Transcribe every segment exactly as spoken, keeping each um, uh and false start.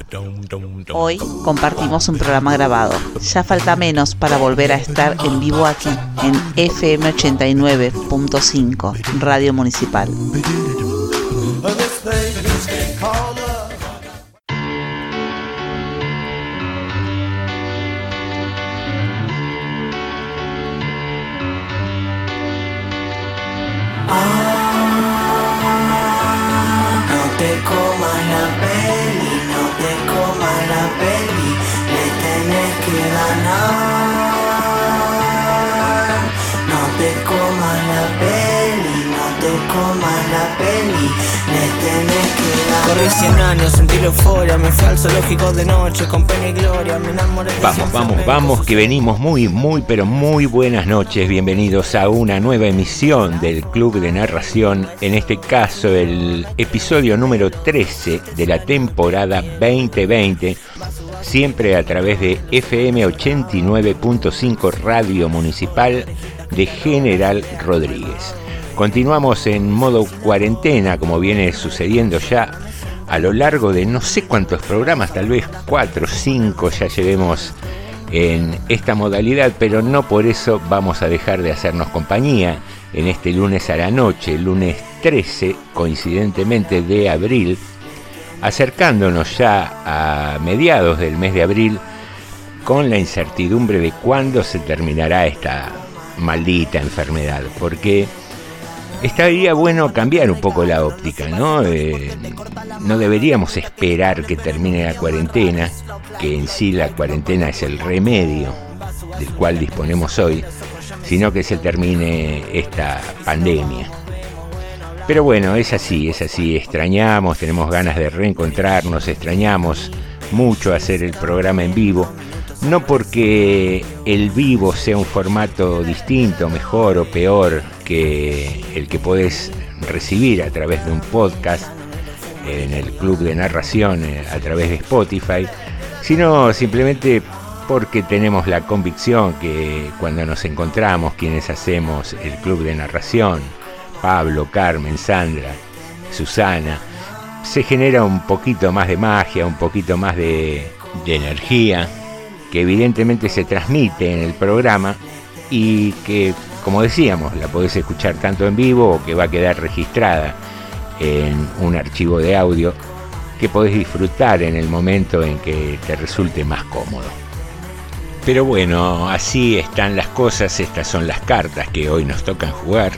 Hoy compartimos un programa grabado. Ya falta menos para volver a estar en vivo aquí, en F M ochenta y nueve punto cinco, Radio Municipal. Corrí cien años, sentí la euforia, me fui al zoológico de noche con pena y gloria, me enamoré de Vamos, vamos, vamos, que venimos muy, muy, pero muy buenas noches. Bienvenidos a una nueva emisión del Club de Narración, en este caso el episodio número trece de la temporada veinte veinte, siempre a través de F M ochenta y nueve punto cinco Radio Municipal de General Rodríguez. Continuamos en modo cuarentena, como viene sucediendo ya a lo largo de no sé cuántos programas, tal vez cuatro o cinco ya llevemos en esta modalidad, pero no por eso vamos a dejar de hacernos compañía en este lunes a la noche, lunes trece, coincidentemente de abril, acercándonos ya a mediados del mes de abril con la incertidumbre de cuándo se terminará esta maldita enfermedad, porque estaría bueno cambiar un poco la óptica, ¿no? Eh, no deberíamos esperar que termine la cuarentena, que en sí la cuarentena es el remedio del cual disponemos hoy, sino que se termine esta pandemia. Pero bueno, es así, es así, extrañamos, tenemos ganas de reencontrarnos, extrañamos mucho hacer el programa en vivo, no porque el vivo sea un formato distinto, mejor o peor que el que podés recibir a través de un podcast en el Club de Narración a través de Spotify, sino simplemente porque tenemos la convicción que cuando nos encontramos quienes hacemos el Club de Narración, Pablo, Carmen, Sandra, Susana, se genera un poquito más de magia, un poquito más de, de energía, que evidentemente se transmite en el programa y que, como decíamos, la podés escuchar tanto en vivo o que va a quedar registrada en un archivo de audio que podés disfrutar en el momento en que te resulte más cómodo. Pero bueno, así están las cosas, estas son las cartas que hoy nos tocan jugar.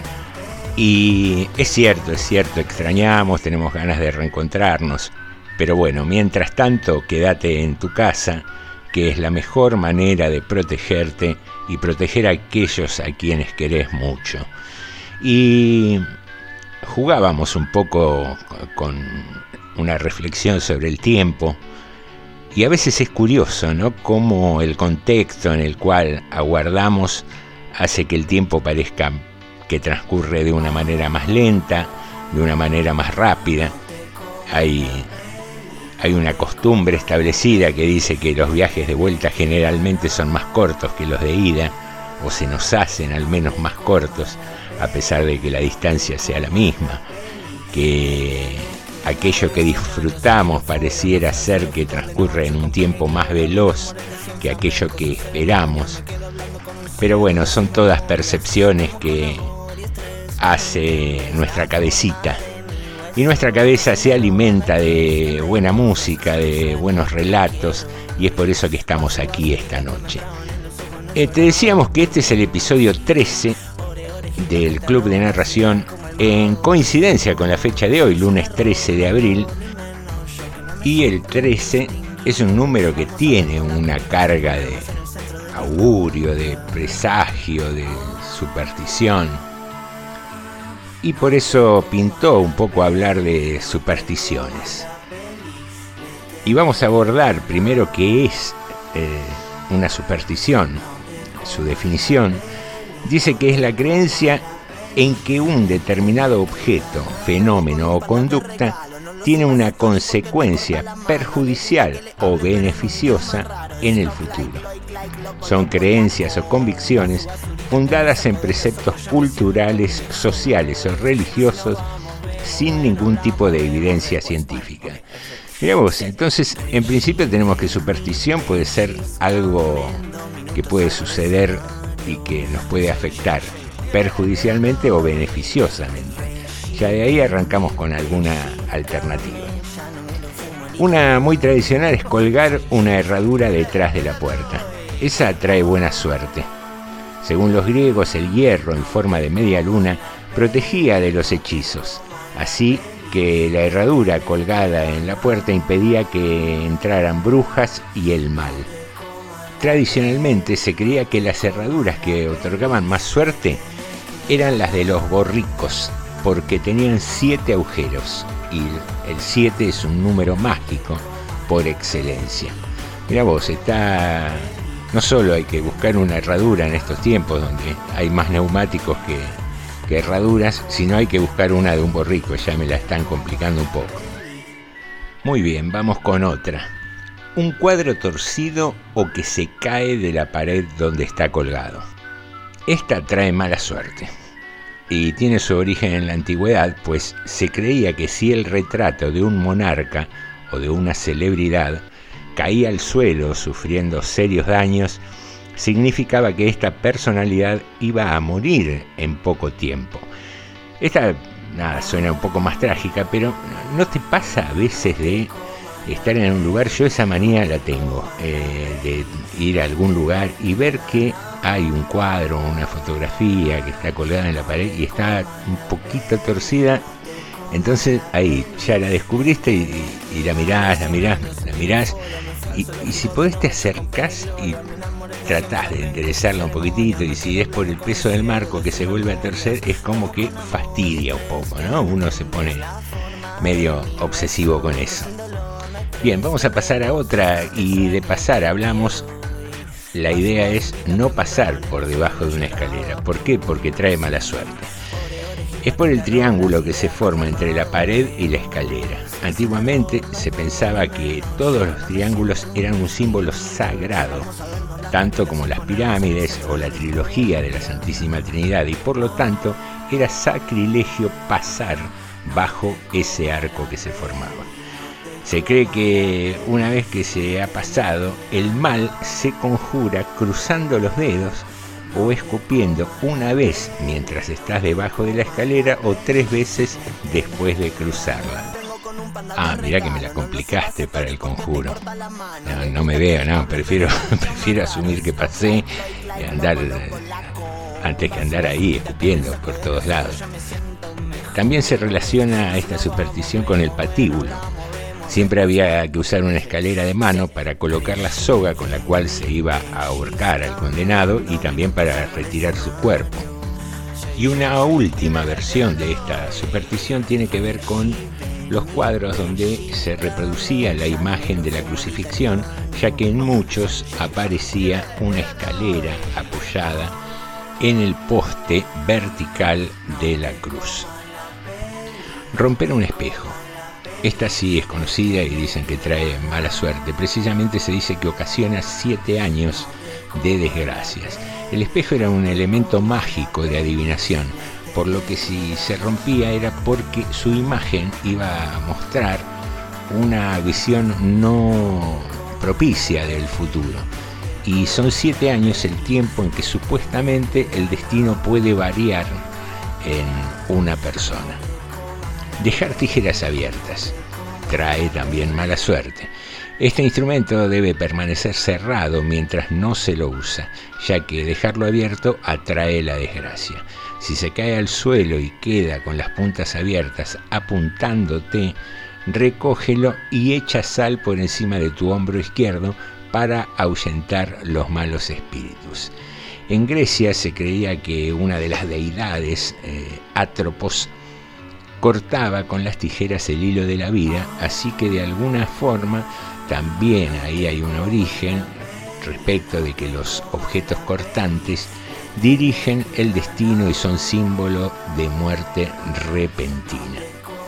Y es cierto, es cierto, extrañamos, tenemos ganas de reencontrarnos, pero bueno, mientras tanto, quédate en tu casa, que es la mejor manera de protegerte y proteger a aquellos a quienes querés mucho. Y jugábamos un poco con una reflexión sobre el tiempo, y a veces es curioso, ¿no?, cómo el contexto en el cual aguardamos hace que el tiempo parezca que transcurre de una manera más lenta, de una manera más rápida. Hay, hay una costumbre establecida que dice que los viajes de vuelta generalmente son más cortos que los de ida, o se nos hacen al menos más cortos, a pesar de que la distancia sea la misma, que aquello que disfrutamos pareciera ser que transcurre en un tiempo más veloz que aquello que esperamos. Pero bueno, son todas percepciones que hace nuestra cabecita, y nuestra cabeza se alimenta de buena música, de buenos relatos, y es por eso que estamos aquí esta noche. Eh, te decíamos que este es el episodio trece del Club de Narración, en coincidencia con la fecha de hoy, lunes trece de abril, y el trece es un número que tiene una carga de augurio, de presagio, de superstición. Y por eso pintó un poco hablar de supersticiones. Y vamos a abordar primero qué es eh, una superstición. Su definición dice que es la creencia en que un determinado objeto, fenómeno o conducta tiene una consecuencia perjudicial o beneficiosa en el futuro. Son creencias o convicciones fundadas en preceptos culturales, sociales o religiosos sin ningún tipo de evidencia científica. Mirá vos, entonces en principio tenemos que superstición puede ser algo que puede suceder y que nos puede afectar perjudicialmente o beneficiosamente. Ya de ahí arrancamos con alguna alternativa. Una muy tradicional es colgar una herradura detrás de la puerta. Esa trae buena suerte. Según los griegos, el hierro en forma de media luna protegía de los hechizos. Así que la herradura colgada en la puerta impedía que entraran brujas y el mal. Tradicionalmente se creía que las herraduras que otorgaban más suerte eran las de los borricos, porque tenían siete agujeros, y el siete es un número mágico por excelencia. Mirá vos, está... no solo hay que buscar una herradura en estos tiempos donde hay más neumáticos que, que herraduras, sino hay que buscar una de un borrico, ya me la están complicando un poco. Muy bien, vamos con otra. Un cuadro torcido o que se cae de la pared donde está colgado. Esta trae mala suerte y tiene su origen en la antigüedad, pues se creía que si el retrato de un monarca o de una celebridad caía al suelo sufriendo serios daños, significaba que esta personalidad iba a morir en poco tiempo. Esta, nada, suena un poco más trágica, pero ¿no te pasa a veces de estar en un lugar? Yo esa manía la tengo, eh, de ir a algún lugar y ver que hay un cuadro, una fotografía que está colgada en la pared y está un poquito torcida. Entonces ahí ya la descubriste y, y, y la mirás, la mirás, la mirás y, y si podés te acercás y tratás de enderezarla un poquitito, y si es por el peso del marco que se vuelve a torcer, es como que fastidia un poco, ¿no? Uno se pone medio obsesivo con eso. Bien, vamos a pasar a otra, y de pasar hablamos, la idea es no pasar por debajo de una escalera. ¿Por qué? Porque trae mala suerte. Es por el triángulo que se forma entre la pared y la escalera. Antiguamente se pensaba que todos los triángulos eran un símbolo sagrado, tanto como las pirámides o la trilogía de la Santísima Trinidad, y por lo tanto era sacrilegio pasar bajo ese arco que se formaba. Se cree que una vez que se ha pasado, el mal se conjura cruzando los dedos o escupiendo una vez mientras estás debajo de la escalera o tres veces después de cruzarla. Ah, mirá que me la complicaste para el conjuro. No, no me veo, no, prefiero, prefiero asumir que pasé y andar, antes que andar ahí escupiendo por todos lados. También se relaciona esta superstición con el patíbulo. Siempre había que usar una escalera de mano para colocar la soga con la cual se iba a ahorcar al condenado y también para retirar su cuerpo. Y una última versión de esta superstición tiene que ver con los cuadros donde se reproducía la imagen de la crucifixión, ya que en muchos aparecía una escalera apoyada en el poste vertical de la cruz. Romper un espejo. Esta sí es conocida y dicen que trae mala suerte. Precisamente se dice que ocasiona siete años de desgracias. El espejo era un elemento mágico de adivinación, por lo que si se rompía era porque su imagen iba a mostrar una visión no propicia del futuro. Y son siete años el tiempo en que supuestamente el destino puede variar en una persona. Dejar tijeras abiertas trae también mala suerte. Este instrumento debe permanecer cerrado mientras no se lo usa, ya que dejarlo abierto atrae la desgracia. Si se cae al suelo y queda con las puntas abiertas apuntándote, recógelo y echa sal por encima de tu hombro izquierdo para ahuyentar los malos espíritus. En Grecia se creía que una de las deidades, eh, Atropos, cortaba con las tijeras el hilo de la vida, así que de alguna forma también ahí hay un origen respecto de que los objetos cortantes dirigen el destino y son símbolo de muerte repentina.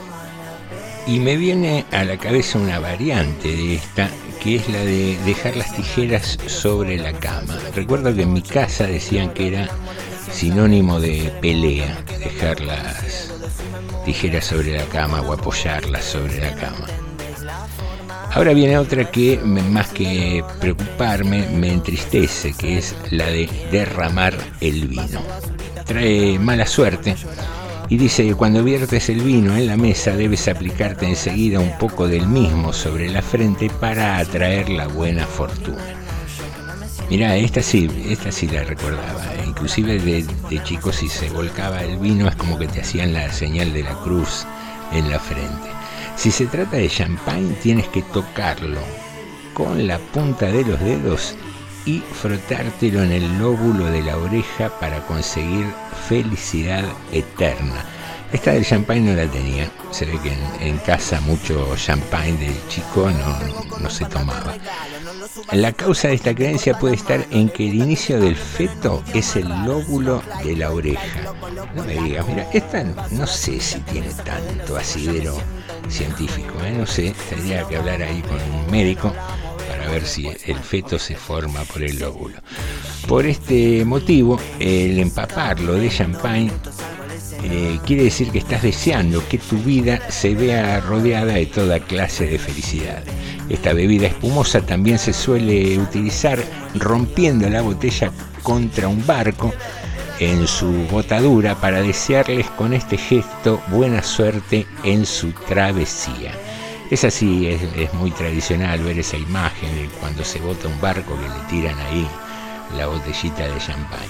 Y me viene a la cabeza una variante de esta, que es la de dejar las tijeras sobre la cama. Recuerdo que en mi casa decían que era sinónimo de pelea, dejar las tijeras sobre la cama o apoyarlas sobre la cama. Ahora viene otra que más que preocuparme me entristece, que es la de derramar el vino. Trae mala suerte y dice que cuando viertes el vino en la mesa debes aplicarte enseguida un poco del mismo sobre la frente para atraer la buena fortuna. Mirá, esta sí, esta sí la recordaba, inclusive de, de chico si se volcaba el vino es como que te hacían la señal de la cruz en la frente. Si se trata de champán tienes que tocarlo con la punta de los dedos y frotártelo en el lóbulo de la oreja para conseguir felicidad eterna. Esta del champán no la tenía, se ve que en, en casa mucho champán de chico no, no se tomaba. La causa de esta creencia puede estar en que el inicio del feto es el lóbulo de la oreja. No me digas, mira, esta no sé si tiene tanto asidero científico, ¿eh? No sé, tendría que hablar ahí con un médico para ver si el feto se forma por el lóbulo. Por este motivo, el empaparlo de champán eh, quiere decir que estás deseando que tu vida se vea rodeada de toda clase de felicidad. Esta bebida espumosa también se suele utilizar rompiendo la botella contra un barco en su botadura para desearles con este gesto buena suerte en su travesía. Es así, es, es muy tradicional ver esa imagen de cuando se bota un barco que le tiran ahí la botellita de champán.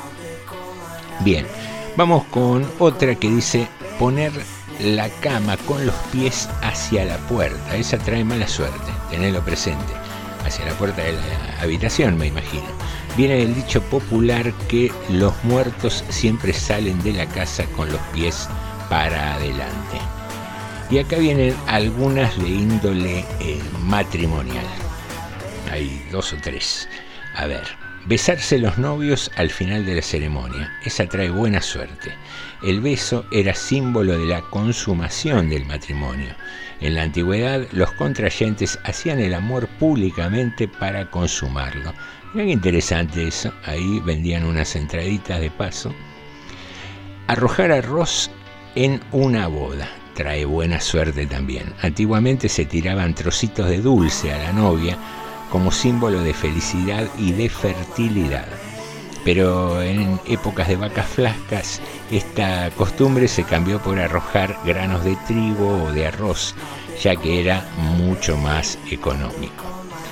Bien, vamos con otra que dice poner la cama con los pies hacia la puerta. Esa trae mala suerte, tenedlo presente. Hacia la puerta de la habitación, me imagino. Viene del dicho popular que los muertos siempre salen de la casa con los pies para adelante. Y acá vienen algunas de índole eh, matrimonial. Hay dos o tres. A ver, besarse los novios al final de la ceremonia. Esa trae buena suerte. El beso era símbolo de la consumación del matrimonio. En la antigüedad, los contrayentes hacían el amor públicamente para consumarlo. Mirá qué interesante eso. Ahí vendían unas entraditas de paso. Arrojar arroz en una boda trae buena suerte también. Antiguamente se tiraban trocitos de dulce a la novia como símbolo de felicidad y de fertilidad. Pero en épocas de vacas flacas, esta costumbre se cambió por arrojar granos de trigo o de arroz, ya que era mucho más económico.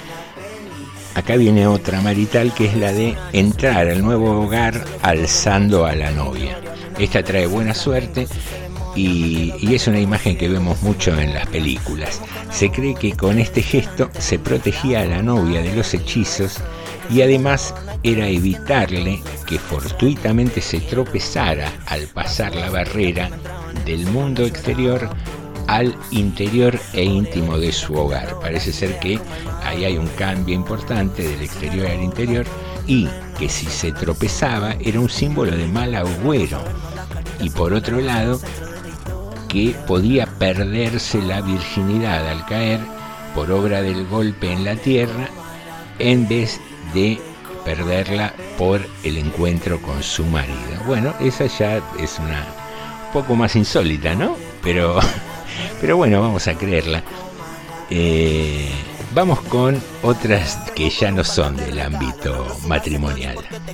Acá viene otra marital que es la de entrar al nuevo hogar alzando a la novia. Esta trae buena suerte y, y es una imagen que vemos mucho en las películas. Se cree que con este gesto se protegía a la novia de los hechizos y además era evitarle que fortuitamente se tropezara al pasar la barrera del mundo exterior al interior e íntimo de su hogar. Parece ser que ahí hay un cambio importante del exterior al interior y que si se tropezaba era un símbolo de mal agüero y por otro lado que podía perderse la virginidad al caer por obra del golpe en la tierra en vez de perderla por el encuentro con su marido. Bueno, esa ya es una un poco más insólita, ¿no? Pero, pero bueno, vamos a creerla. Eh, vamos con otras que ya no son del ámbito matrimonial.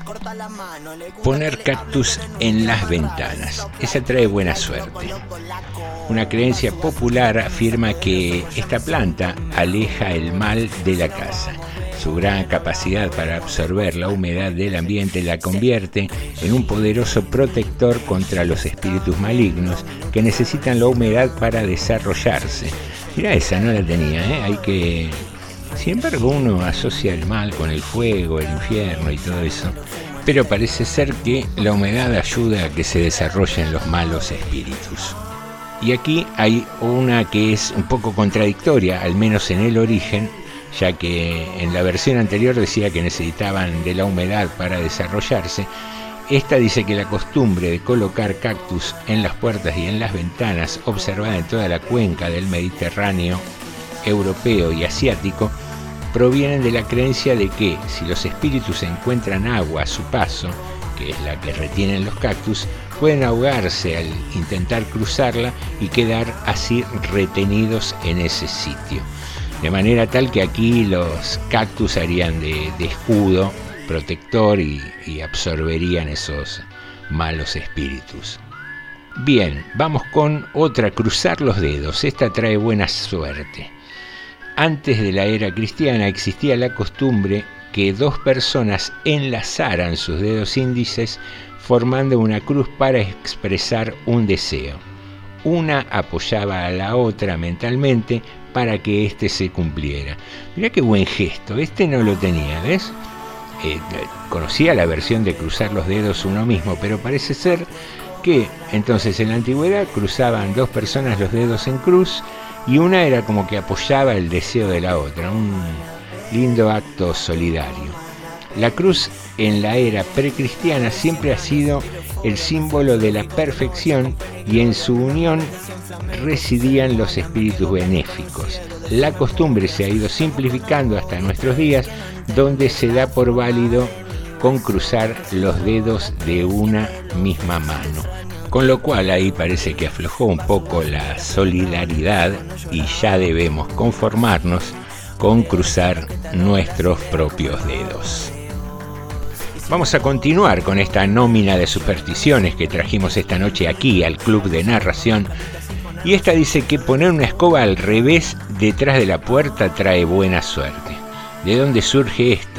Poner cactus en las ventanas. Esa trae buena suerte. Una creencia popular afirma que esta planta aleja el mal de la casa. Su gran capacidad para absorber la humedad del ambiente la convierte en un poderoso protector contra los espíritus malignos que necesitan la humedad para desarrollarse. Mirá, esa no la tenía, ¿eh? Hay que... Sin embargo, uno asocia el mal con el fuego, el infierno y todo eso. Pero parece ser que la humedad ayuda a que se desarrollen los malos espíritus. Y aquí hay una que es un poco contradictoria, al menos en el origen, ya que en la versión anterior decía que necesitaban de la humedad para desarrollarse. Esta dice que la costumbre de colocar cactus en las puertas y en las ventanas, observada en toda la cuenca del Mediterráneo europeo y asiático, provienen de la creencia de que si los espíritus encuentran agua a su paso, que es la que retienen los cactus, pueden ahogarse al intentar cruzarla y quedar así retenidos en ese sitio. de manera tal que aquí los cactus harían de, de escudo protector y, y absorberían esos malos espíritus. Bien, vamos con otra, cruzar los dedos. Esta trae buena suerte. Antes de la era cristiana existía la costumbre que dos personas enlazaran sus dedos índices formando una cruz para expresar un deseo. Una apoyaba a la otra mentalmente para que éste se cumpliera. Mirá qué buen gesto, este no lo tenía, ¿ves? Eh, conocía la versión de cruzar los dedos uno mismo, pero parece ser que entonces en la antigüedad cruzaban dos personas los dedos en cruz y una era como que apoyaba el deseo de la otra, un lindo acto solidario. La cruz en la era precristiana siempre ha sido el símbolo de la perfección y en su unión residían los espíritus benéficos. La costumbre se ha ido simplificando hasta nuestros días, donde se da por válido con cruzar los dedos de una misma mano. Con lo cual ahí parece que aflojó un poco la solidaridad y ya debemos conformarnos con cruzar nuestros propios dedos. Vamos a continuar con esta nómina de supersticiones que trajimos esta noche aquí al Club de Narración. Y esta dice que poner una escoba al revés detrás de la puerta trae buena suerte. ¿De dónde surge esto?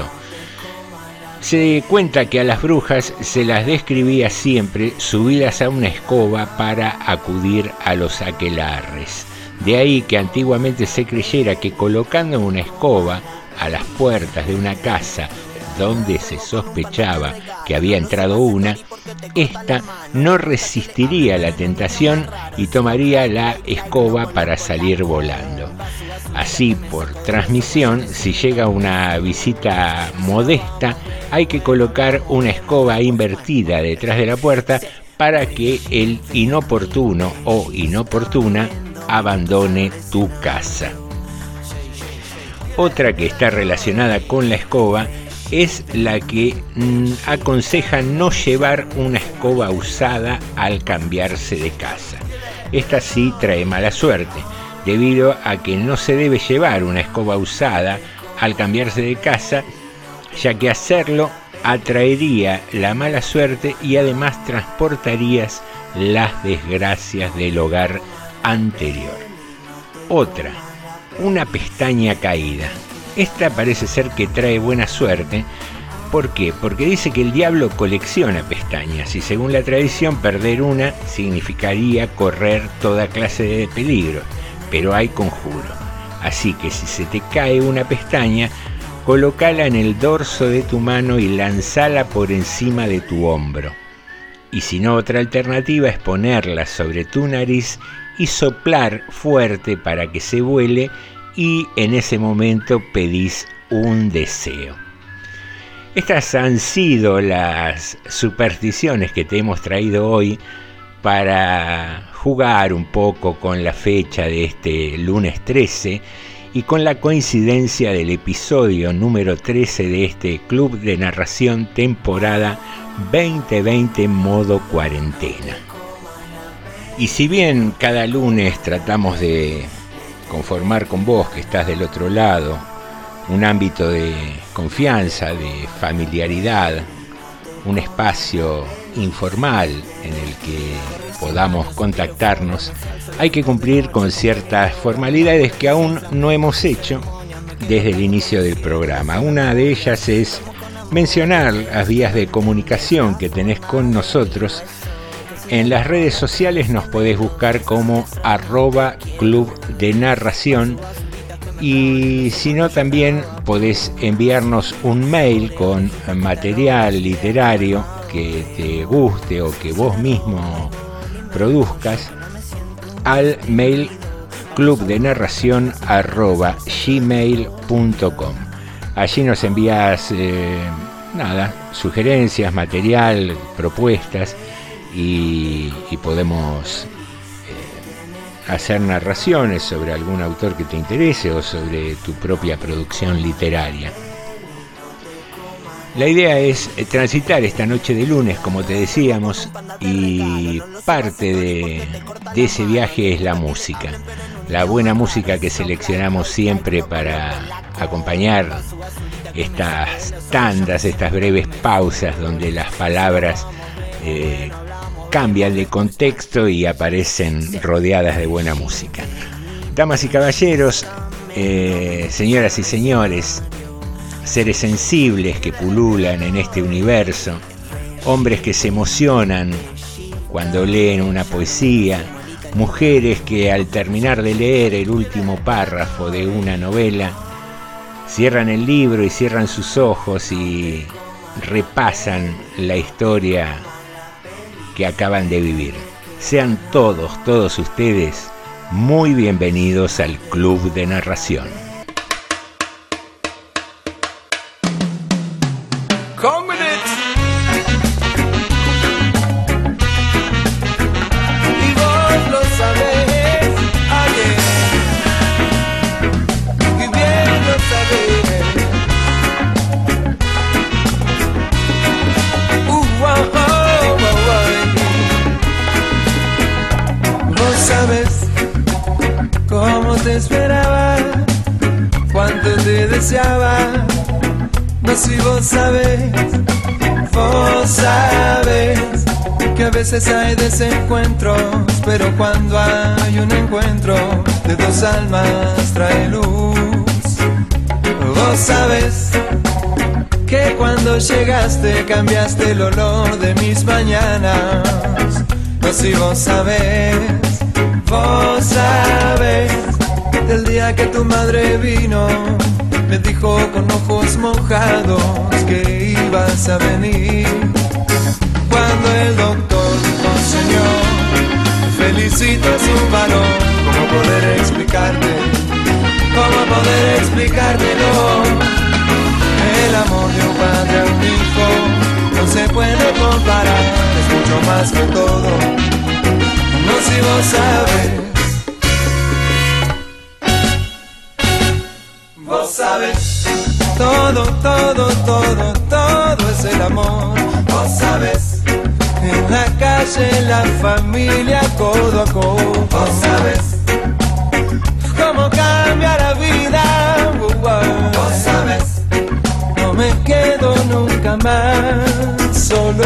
Se cuenta que a las brujas se las describía siempre subidas a una escoba para acudir a los aquelarres. De ahí que antiguamente se creyera que colocando una escoba a las puertas de una casa donde se sospechaba que había entrado una, ésta no resistiría la tentación y tomaría la escoba para salir volando. Así, por transmisión, si llega una visita modesta, hay que colocar una escoba invertida detrás de la puerta para que el inoportuno o inoportuna abandone tu casa. Otra que está relacionada con la escoba es la que mm, aconseja no llevar una escoba usada al cambiarse de casa. Esta sí trae mala suerte, debido a que no se debe llevar una escoba usada al cambiarse de casa, ya que hacerlo atraería la mala suerte y además transportarías las desgracias del hogar anterior. Otra, una pestaña caída. Esta parece ser que trae buena suerte. ¿Por qué? Porque dice que el diablo colecciona pestañas y según la tradición perder una significaría correr toda clase de peligro, pero hay conjuro. Así que si se te cae una pestaña, colócala en el dorso de tu mano y lanzala por encima de tu hombro. Y si no, otra alternativa es ponerla sobre tu nariz y soplar fuerte para que se vuele y en ese momento pedís un deseo. Estas han sido las supersticiones que te hemos traído hoy para jugar un poco con la fecha de este lunes trece y con la coincidencia del episodio número trece de este Club de Narración temporada veinte veinte modo cuarentena. Y si bien cada lunes tratamos de conformar con vos que estás del otro lado un ámbito de confianza, de familiaridad, un espacio informal en el que podamos contactarnos, hay que cumplir con ciertas formalidades que aún no hemos hecho desde el inicio del programa. Una de ellas es mencionar las vías de comunicación que tenés con nosotros. En las redes sociales nos podés buscar como arroba Club de Narración y si no también podés enviarnos un mail con material literario que te guste o que vos mismo produzcas al mail clubdenarración arroba gmail punto com. Allí nos envías eh, nada, sugerencias, material, propuestas y, y podemos eh, hacer narraciones sobre algún autor que te interese o sobre tu propia producción literaria. La idea es transitar esta noche de lunes, como te decíamos, y parte de, de ese viaje es la música. la buena música que seleccionamos siempre para acompañar estas tandas, estas breves pausas donde las palabras eh, cambian de contexto y aparecen rodeadas de buena música. Damas y caballeros, eh, señoras y señores, seres sensibles que pululan en este universo, hombres que se emocionan cuando leen una poesía, mujeres que al terminar de leer el último párrafo de una novela, cierran el libro y cierran sus ojos y repasan la historia que acaban de vivir. Sean todos, todos ustedes muy bienvenidos al Club de Narración. Esperaba, cuánto te deseaba, no si vos sabés, vos sabés que a veces hay desencuentros, pero cuando hay un encuentro de dos almas trae luz. Vos sabés que cuando llegaste cambiaste el olor de mis mañanas, no si vos sabés, vos sabés del día que tu madre vino, me dijo con ojos mojados que ibas a venir. Cuando el doctor dijo, señor, felicito a su varón, ¿cómo poder explicarte? ¿Cómo poder explicártelo? El amor de un padre a un hijo no se puede comparar, es mucho más que todo, no si vos sabes. Vos sabes, todo, todo, todo, todo es el amor. Vos sabes, en la calle, en la familia, codo a codo. Vos sabes, cómo cambia la vida. Vos sabes, no me quedo nunca más solo.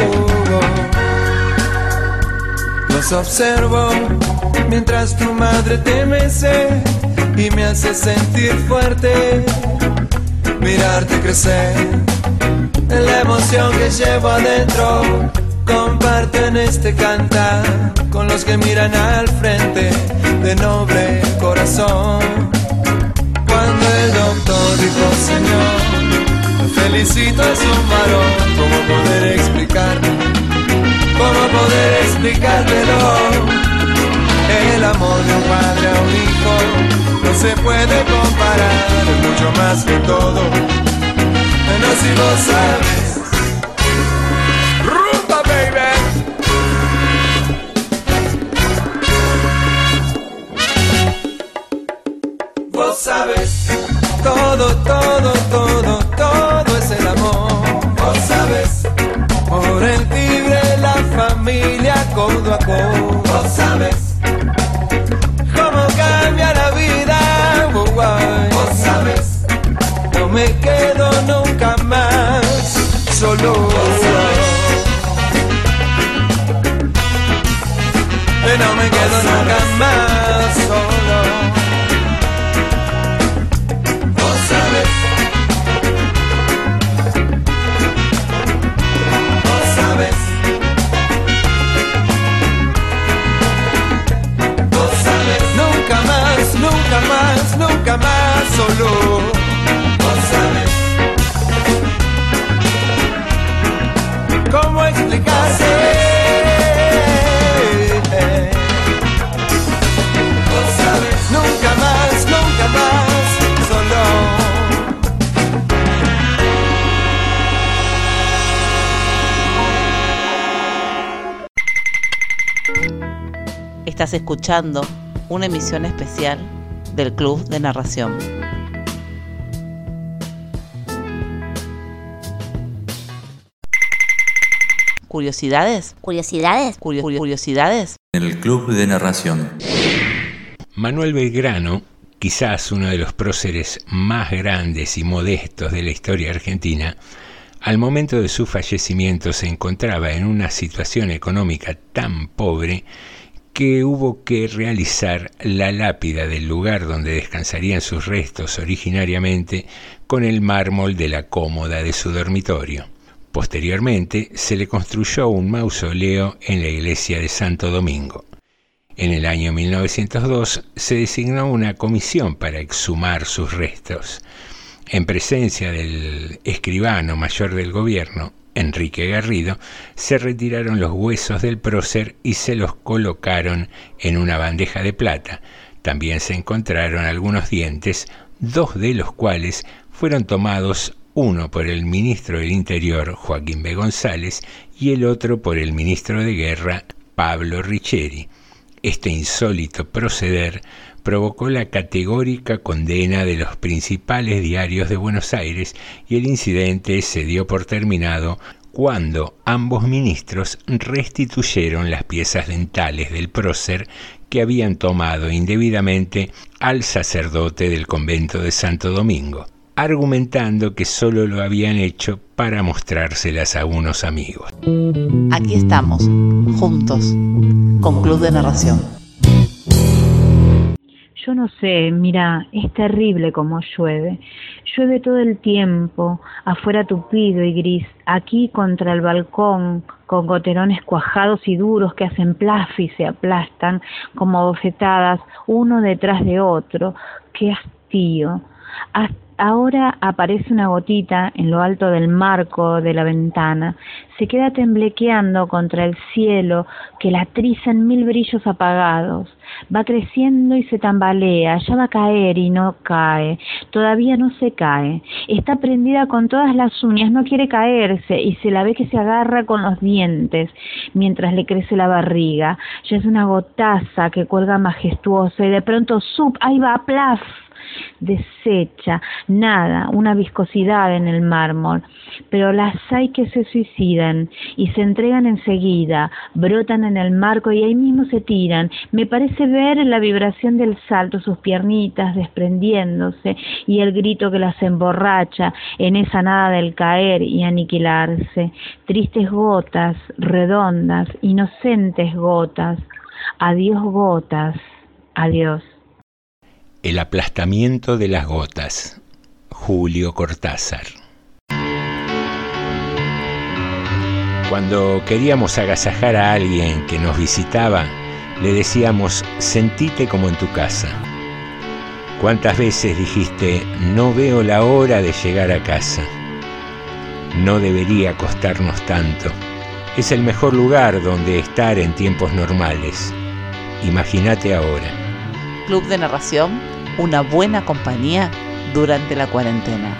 Los observo mientras tu madre te mece y me hace sentir fuerte, mirarte crecer, la emoción que llevo adentro, comparto en este cantar, con los que miran al frente, de noble corazón. Cuando el doctor dijo, señor, felicito a su varón, ¿cómo poder explicarme? ¿Cómo poder explicártelo? El amor de un padre a un hijo no se puede comparar, es mucho más que todo, no si vos sabes. ¡Rumba, baby! Vos sabes, todo, todo, todo, todo es el amor. Vos sabes, por el libre la familia codo a codo. Vos sabes, cómo cambia la vida, oh, oh. Vos sabes, no me quedo nunca más solo. Vos sabes, no me quedo Vos nunca sabes. más solo. Vos sabes, vos sabes. Nunca más, nunca más, nunca más solo. Vos sabes cómo explicarte. Vos sabes, nunca más, nunca más solo. Estás escuchando una emisión especial del Club de Narración. ¿Curiosidades? ¿Curiosidades? Curio- curiosidades. En el Club de Narración. Manuel Belgrano, quizás uno de los próceres más grandes y modestos de la historia argentina, al momento de su fallecimiento se encontraba en una situación económica tan pobre que hubo que realizar la lápida del lugar donde descansarían sus restos originariamente con el mármol de la cómoda de su dormitorio. Posteriormente se le construyó un mausoleo en la iglesia de Santo Domingo. En el año mil novecientos dos se designó una comisión para exhumar sus restos. En presencia del escribano mayor del gobierno, Enrique Garrido, se retiraron los huesos del prócer y se los colocaron en una bandeja de plata. También se encontraron algunos dientes, dos de los cuales fueron tomados, uno por el ministro del Interior, Joaquín B. González, y el otro por el ministro de Guerra, Pablo Richeri. Este insólito proceder provocó la categórica condena de los principales diarios de Buenos Aires y el incidente se dio por terminado cuando ambos ministros restituyeron las piezas dentales del prócer que habían tomado indebidamente al sacerdote del convento de Santo Domingo, argumentando que solo lo habían hecho para mostrárselas a unos amigos. Aquí estamos, juntos, con Club de Narración. Yo no sé, mira, es terrible como llueve. Llueve todo el tiempo, afuera tupido y gris, aquí contra el balcón, con goterones cuajados y duros que hacen plaf y se aplastan como bofetadas uno detrás de otro. ¡Qué hastío! Hasta ahora aparece una gotita en lo alto del marco de la ventana. Se queda temblequeando contra el cielo que la triza en mil brillos apagados. Va creciendo y se tambalea, ya va a caer y no cae. Todavía no se cae. Está prendida con todas las uñas, no quiere caerse y se la ve que se agarra con los dientes mientras le crece la barriga. Ya es una gotaza que cuelga majestuosa y de pronto ¡sup! Ahí va, plaf. Deshecha, nada, una viscosidad en el mármol, pero las hay que se suicidan y se entregan enseguida, brotan en el marco y ahí mismo se tiran. Me parece ver la vibración del salto, sus piernitas desprendiéndose y el grito que las emborracha en esa nada del caer y aniquilarse. Tristes gotas, redondas, inocentes gotas. Adiós gotas, adiós. El aplastamiento de las gotas. Julio Cortázar. Cuando queríamos agasajar a alguien que nos visitaba, le decíamos, sentite como en tu casa. ¿Cuántas veces dijiste, no veo la hora de llegar a casa? No debería costarnos tanto. Es el mejor lugar donde estar en tiempos normales. Imagínate ahora. Club de Narración, una buena compañía durante la cuarentena.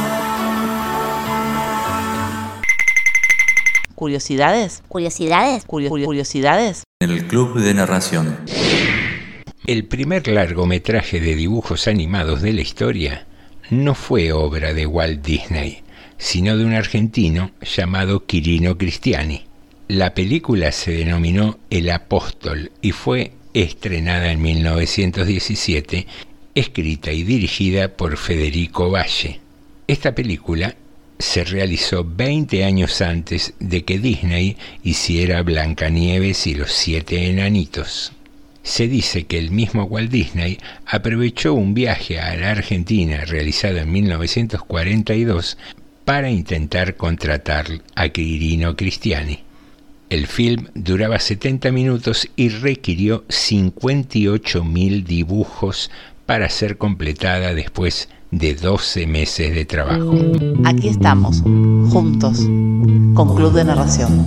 ¿Curiosidades? ¿Curiosidades? Curio- ¿Curiosidades? El Club de Narración. El primer largometraje de dibujos animados de la historia no fue obra de Walt Disney, sino de un argentino llamado Quirino Cristiani. La película se denominó El Apóstol y fue estrenada en mil novecientos diecisiete, escrita y dirigida por Federico Valle. Esta película se realizó veinte años antes de que Disney hiciera Blancanieves y los siete enanitos. Se dice que el mismo Walt Disney aprovechó un viaje a la Argentina realizado en mil novecientos cuarenta y dos para intentar contratar a Quirino Cristiani. El film duraba setenta minutos y requirió cincuenta y ocho mil dibujos para ser completada después de doce meses de trabajo. Aquí estamos, juntos, con Club de Narración.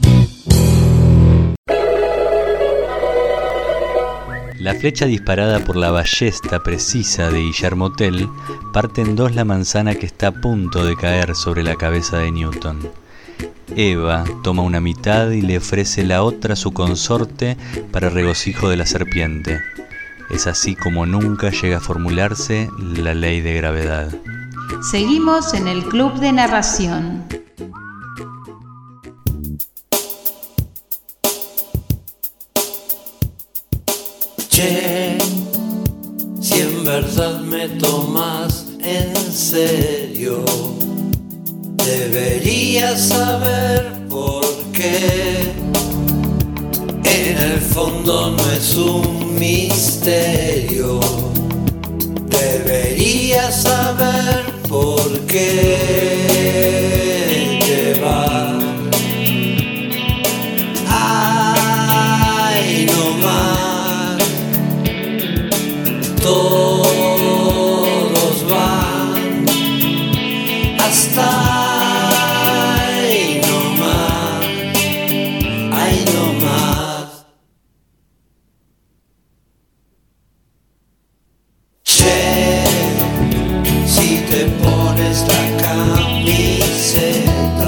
La flecha disparada por la ballesta precisa de Guillermo Tell parte en dos la manzana que está a punto de caer sobre la cabeza de Newton. Eva toma una mitad y le ofrece la otra a su consorte para regocijo de la serpiente. Es así como nunca llega a formularse la ley de gravedad. Seguimos en el Club de Narración. Che, me tomas en serio. Deberías saber por qué. En el fondo no es un misterio. Deberías saber por qué llevar. Ay, no más. Todos van hasta ahí no más. Ay, no más. Che, si te pones la camiseta,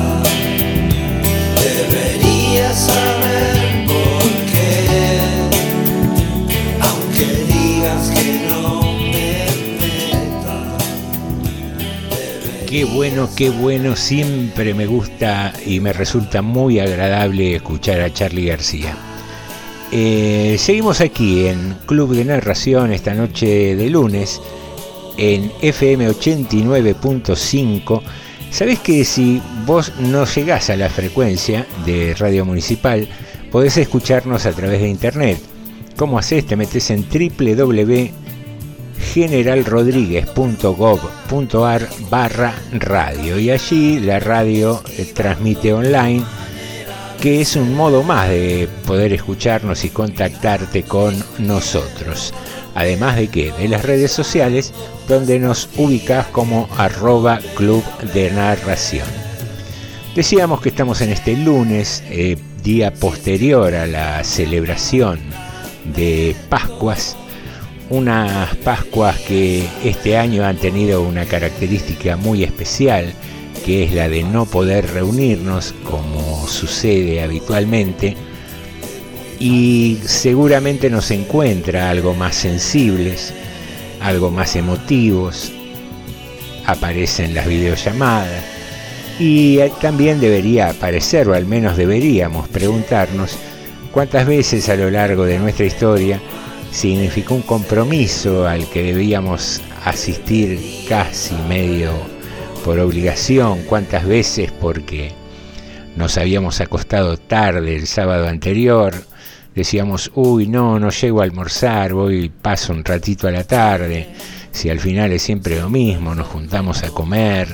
deberías saber por qué. Aunque digas que no me meta. Qué bueno, qué bueno, siempre me gusta y me resulta muy agradable escuchar a Charly García. Eh, seguimos aquí en Club de Narración esta noche de lunes en F M ochenta y nueve punto cinco. Sabés que si vos no llegás a la frecuencia de Radio Municipal, podés escucharnos a través de internet. ¿Cómo haces? Te metes en doble u doble u doble u punto general rodríguez punto gov punto ar barra radio y allí la radio eh, transmite online, que es un modo más de poder escucharnos y contactarte con nosotros. Además de que de las redes sociales, donde nos ubicás como arroba Club de Narración. Decíamos que estamos en este lunes, eh, día posterior a la celebración de Pascuas, unas Pascuas que este año han tenido una característica muy especial, que es la de no poder reunirnos como sucede habitualmente, y seguramente nos encuentra algo más sensibles, algo más emotivos. Aparecen las videollamadas y también debería aparecer, o al menos deberíamos preguntarnos, cuántas veces a lo largo de nuestra historia significó un compromiso al que debíamos asistir casi medio por obligación, cuántas veces porque nos habíamos acostado tarde el sábado anterior, decíamos, uy, no, no llego a almorzar, voy, paso un ratito a la tarde, si al final es siempre lo mismo, nos juntamos a comer,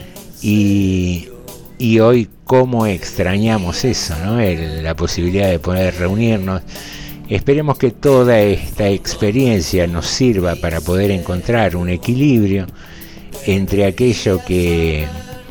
y, y hoy cómo extrañamos eso, ¿no? El, la posibilidad de poder reunirnos. Esperemos que toda esta experiencia nos sirva para poder encontrar un equilibrio entre aquello que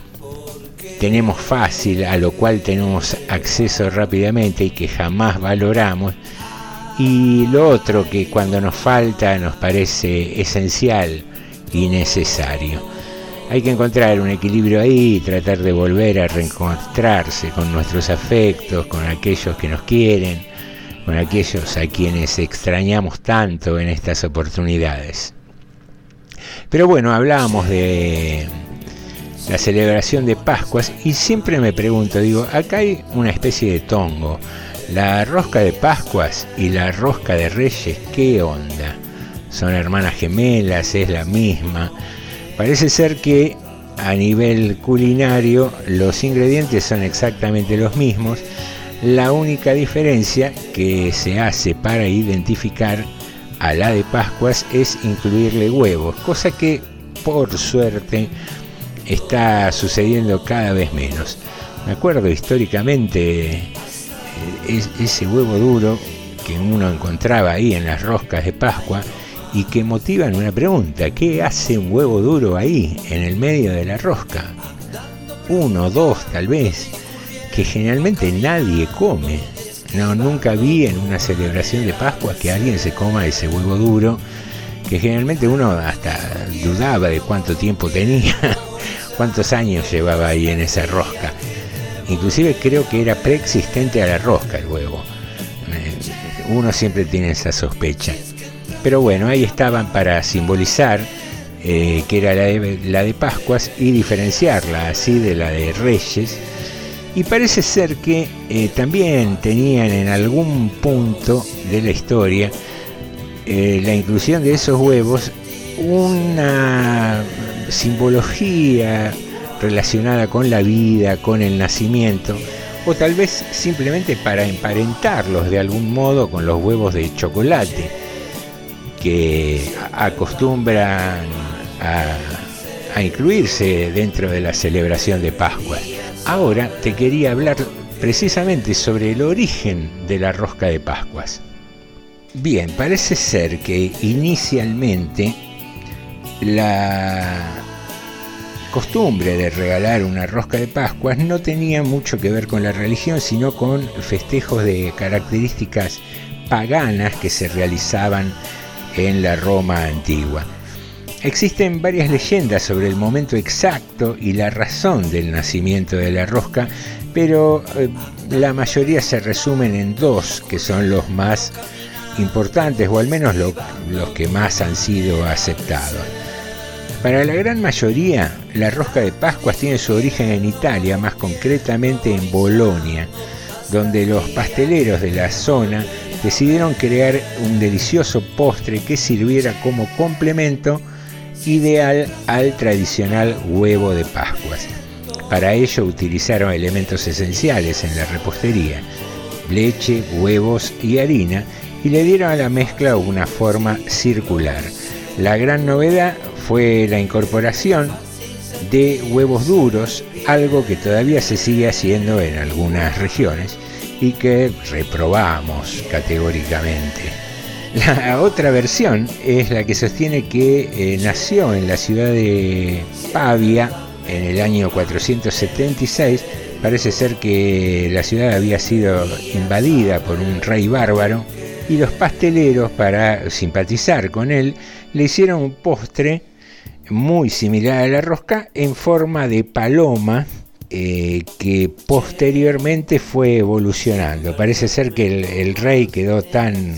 tenemos fácil, a lo cual tenemos acceso rápidamente y que jamás valoramos, y lo otro que cuando nos falta nos parece esencial y necesario. Hay que encontrar un equilibrio ahí y tratar de volver a reencontrarse con nuestros afectos, con aquellos que nos quieren, con aquellos a quienes extrañamos tanto en estas oportunidades. Pero bueno, hablábamos de la celebración de Pascuas y siempre me pregunto, digo, acá hay una especie de tongo, la rosca de Pascuas y la rosca de Reyes, ¿qué onda? ¿Son hermanas gemelas? ¿Es la misma? Parece ser que a nivel culinario los ingredientes son exactamente los mismos. La única diferencia que se hace para identificar a la de Pascuas es incluirle huevos, cosa que por suerte está sucediendo cada vez menos. Me acuerdo históricamente es, ese huevo duro que uno encontraba ahí en las roscas de Pascua y que motivan una pregunta: ¿qué hace un huevo duro ahí en el medio de la rosca? Uno, dos tal vez, que generalmente nadie come. No, nunca vi en una celebración de Pascua que alguien se coma ese huevo duro, que generalmente uno hasta dudaba de cuánto tiempo tenía, cuántos años llevaba ahí en esa rosca. Inclusive creo que era preexistente a la rosca el huevo. Uno siempre tiene esa sospecha. Pero bueno, ahí estaban para simbolizar eh, que era la de, la de Pascuas y diferenciarla así de la de Reyes. Y parece ser que eh, también tenían en algún punto de la historia eh, la inclusión de esos huevos una simbología relacionada con la vida, con el nacimiento, o tal vez simplemente para emparentarlos de algún modo con los huevos de chocolate que acostumbran a, a incluirse dentro de la celebración de Pascua. Ahora te quería hablar precisamente sobre el origen de la rosca de Pascuas. Bien, parece ser que inicialmente la costumbre de regalar una rosca de Pascuas no tenía mucho que ver con la religión, sino con festejos de características paganas que se realizaban en la Roma antigua. Existen varias leyendas sobre el momento exacto y la razón del nacimiento de la rosca, pero eh, la mayoría se resumen en dos, que son los más importantes, o al menos lo, los que más han sido aceptados. Para la gran mayoría, la rosca de Pascuas tiene su origen en Italia, más concretamente en Bolonia, donde los pasteleros de la zona decidieron crear un delicioso postre que sirviera como complemento ideal al tradicional huevo de Pascuas. Para ello utilizaron elementos esenciales en la repostería: leche, huevos y harina, y le dieron a la mezcla una forma circular. La gran novedad fue la incorporación de huevos duros, algo que todavía se sigue haciendo en algunas regiones y que reprobamos categóricamente. La otra versión es la que sostiene que eh, nació en la ciudad de Pavia en el año cuatrocientos setenta y seis. Parece ser que la ciudad había sido invadida por un rey bárbaro y los pasteleros, para simpatizar con él, le hicieron un postre muy similar a la rosca en forma de paloma, eh, que posteriormente fue evolucionando. Parece ser que el, el rey quedó tan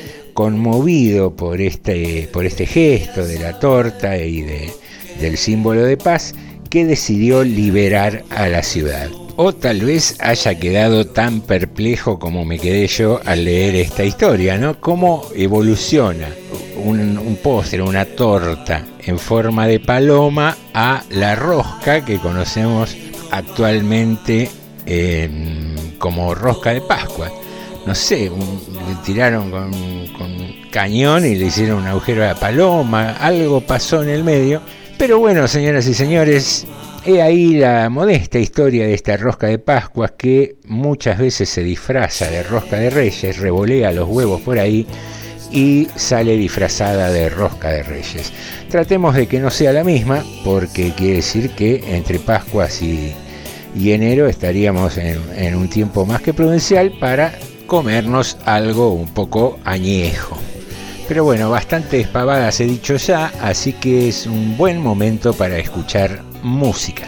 conmovido por este, por este gesto de la torta y de, del símbolo de paz, que decidió liberar a la ciudad. O tal vez haya quedado tan perplejo como me quedé yo al leer esta historia, ¿no? ¿Cómo evoluciona un, un postre, una torta en forma de paloma a la rosca que conocemos actualmente eh, como rosca de Pascua? No sé, un, le tiraron con, con cañón y le hicieron un agujero a la paloma, algo pasó en el medio. Pero bueno, señoras y señores, he ahí la modesta historia de esta rosca de Pascuas, que muchas veces se disfraza de rosca de Reyes, revolea los huevos por ahí y sale disfrazada de rosca de Reyes. Tratemos de que no sea la misma, porque quiere decir que entre Pascuas y, y enero estaríamos en, en un tiempo más que prudencial para comernos algo un poco añejo. Pero bueno, bastantes pavadas he dicho ya, así que es un buen momento para escuchar música.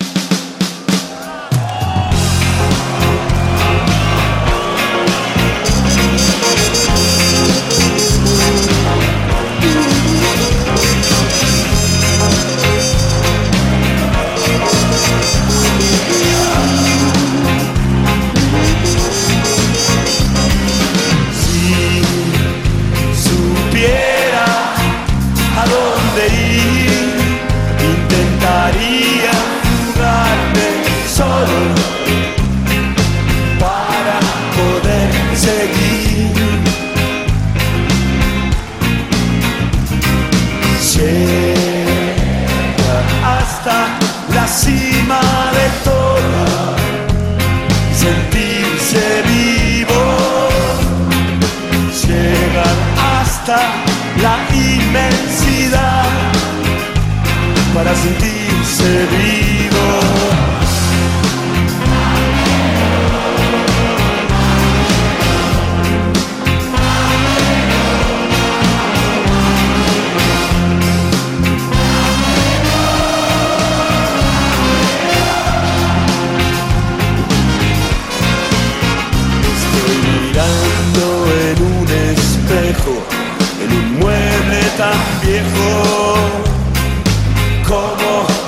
La inmensidad para sentirse vivo. Estoy mirando en un espejo, en un mueble tan viejo como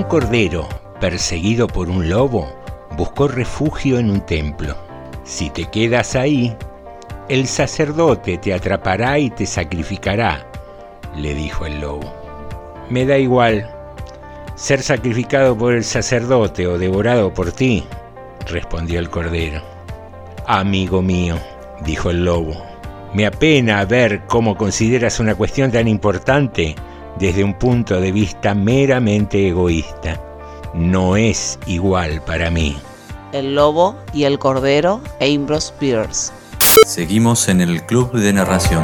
cordero, perseguido por un lobo, buscó refugio en un templo. Si te quedas ahí, el sacerdote te atrapará y te sacrificará, le dijo el lobo. Me da igual ser sacrificado por el sacerdote o devorado por ti, respondió el cordero. Amigo mío, dijo el lobo, me apena ver cómo consideras una cuestión tan importante desde un punto de vista meramente egoísta. No es igual para mí. El lobo y el cordero, Ambrose Bierce. Seguimos en el Club de Narración.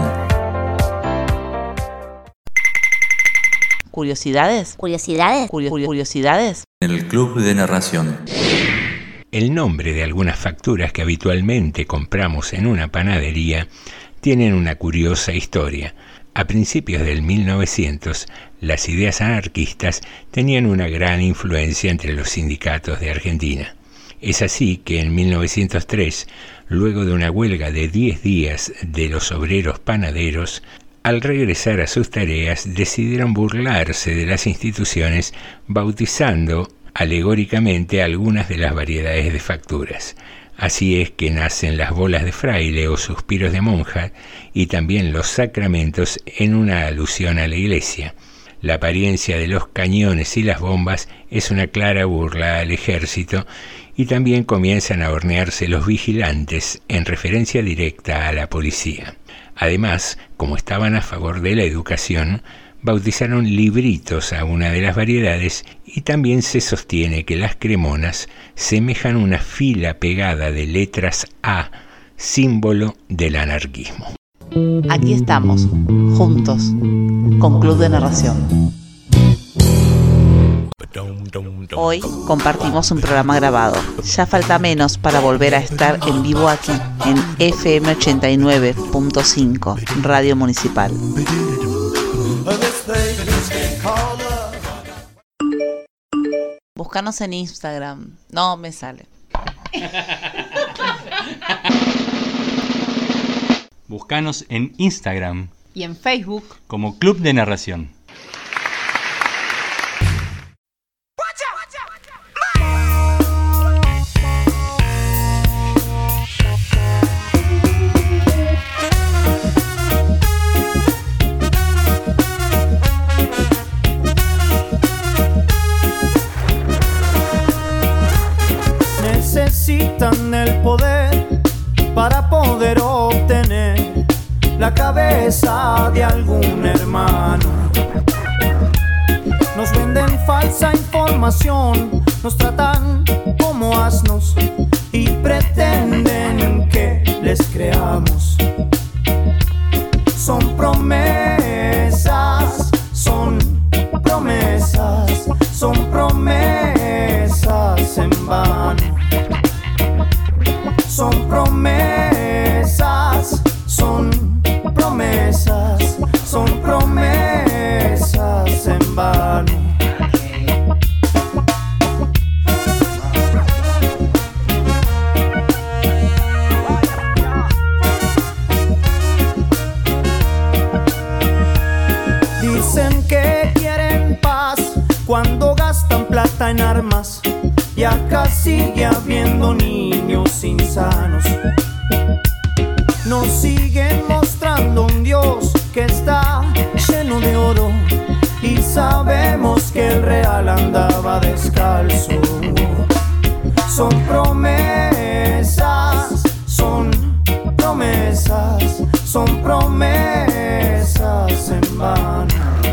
¿Curiosidades? ¿Curiosidades? Curio- ¿Curiosidades? En el Club de Narración. El nombre de algunas facturas que habitualmente compramos en una panadería tienen una curiosa historia. A principios del mil novecientos, las ideas anarquistas tenían una gran influencia entre los sindicatos de Argentina. Es así que en mil novecientos tres, luego de una huelga de diez días de los obreros panaderos, al regresar a sus tareas decidieron burlarse de las instituciones bautizando alegóricamente algunas de las variedades de facturas. Así es que nacen las bolas de fraile o suspiros de monja y también los sacramentos en una alusión a la iglesia. La apariencia de los cañones y las bombas es una clara burla al ejército y también comienzan a hornearse los vigilantes en referencia directa a la policía. Además, como estaban a favor de la educación, bautizaron libritos a una de las variedades y también se sostiene que las cremonas semejan una fila pegada de letras A, símbolo del anarquismo. Aquí estamos, juntos, con Club de Narración. Hoy compartimos un programa grabado. Ya falta menos para volver a estar en vivo aquí, en F M ochenta y nueve punto cinco, Radio Municipal. Búscanos en Instagram. No me sale. Búscanos en Instagram Y en Facebook como Club de Narración. Necesitan el poder para poder obtener la cabeza de algún hermano. Nos venden falsa información, nos tratan como asnos y pretenden que les creamos. Son promesas, son promesas, son promesas en vano. Son promesas, son promesas, son promesas en vano. Dicen que quieren paz cuando gastan plata en armas. Y acá sigue habiendo niños insanos. Nos siguen mostrando un Dios que está lleno de oro y sabemos que el real andaba descalzo. Son promesas, son promesas, son promesas en vano.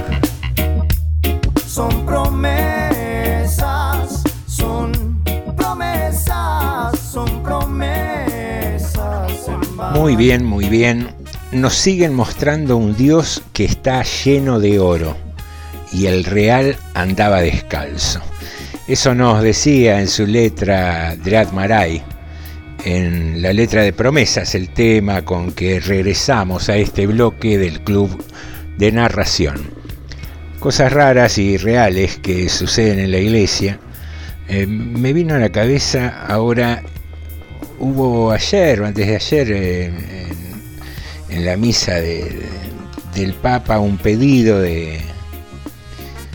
Son promesas, son promesas, son promesas en vano. Muy bien, muy bien. Nos siguen mostrando un Dios que está lleno de oro y el real andaba descalzo. Eso nos decía en su letra Dread Marai, en la letra de Promesas, el tema con que regresamos a este bloque del Club de Narración. Cosas raras y reales que suceden en la iglesia. Eh, me vino a la cabeza ahora, hubo ayer o antes de ayer eh, en, en la misa de, de, del Papa un pedido de,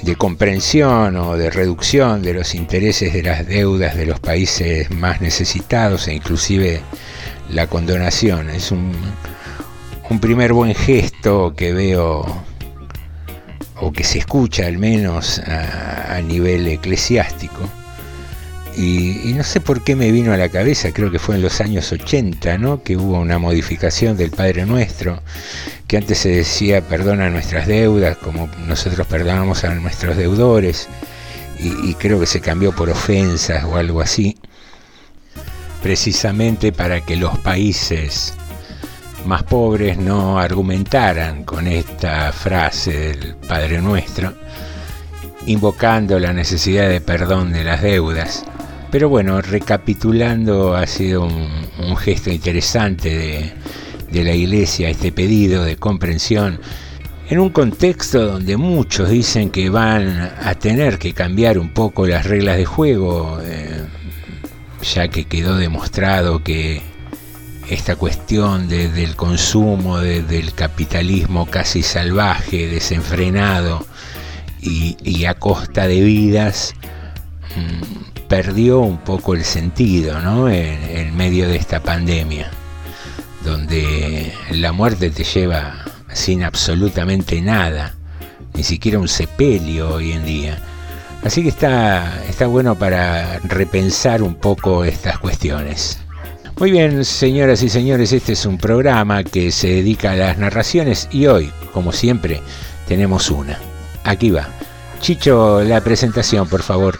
de comprensión o de reducción de los intereses de las deudas de los países más necesitados e inclusive la condonación. Es un, un primer buen gesto que veo, o que se escucha al menos a, a nivel eclesiástico. Y, y no sé por qué me vino a la cabeza, creo que fue en los años ochenta, ¿no?, que hubo una modificación del Padre Nuestro, que antes se decía perdona nuestras deudas, como nosotros perdonamos a nuestros deudores, y, y creo que se cambió por ofensas o algo así, precisamente para que los países más pobres no argumentaran con esta frase del Padre Nuestro, invocando la necesidad de perdón de las deudas. Pero bueno, recapitulando, ha sido un, un gesto interesante de, de la Iglesia, este pedido de comprensión, en un contexto donde muchos dicen que van a tener que cambiar un poco las reglas de juego, eh, ya que quedó demostrado que esta cuestión de, del consumo, de, del capitalismo casi salvaje, desenfrenado y, y a costa de vidas, mmm, perdió un poco el sentido, ¿no?, en, en medio de esta pandemia, donde la muerte te lleva sin absolutamente nada, ni siquiera un sepelio hoy en día. Así que está, está bueno para repensar un poco estas cuestiones. Muy bien, señoras y señores, este es un programa que se dedica a las narraciones y hoy, como siempre, tenemos una. Aquí va. Chicho, la presentación, por favor.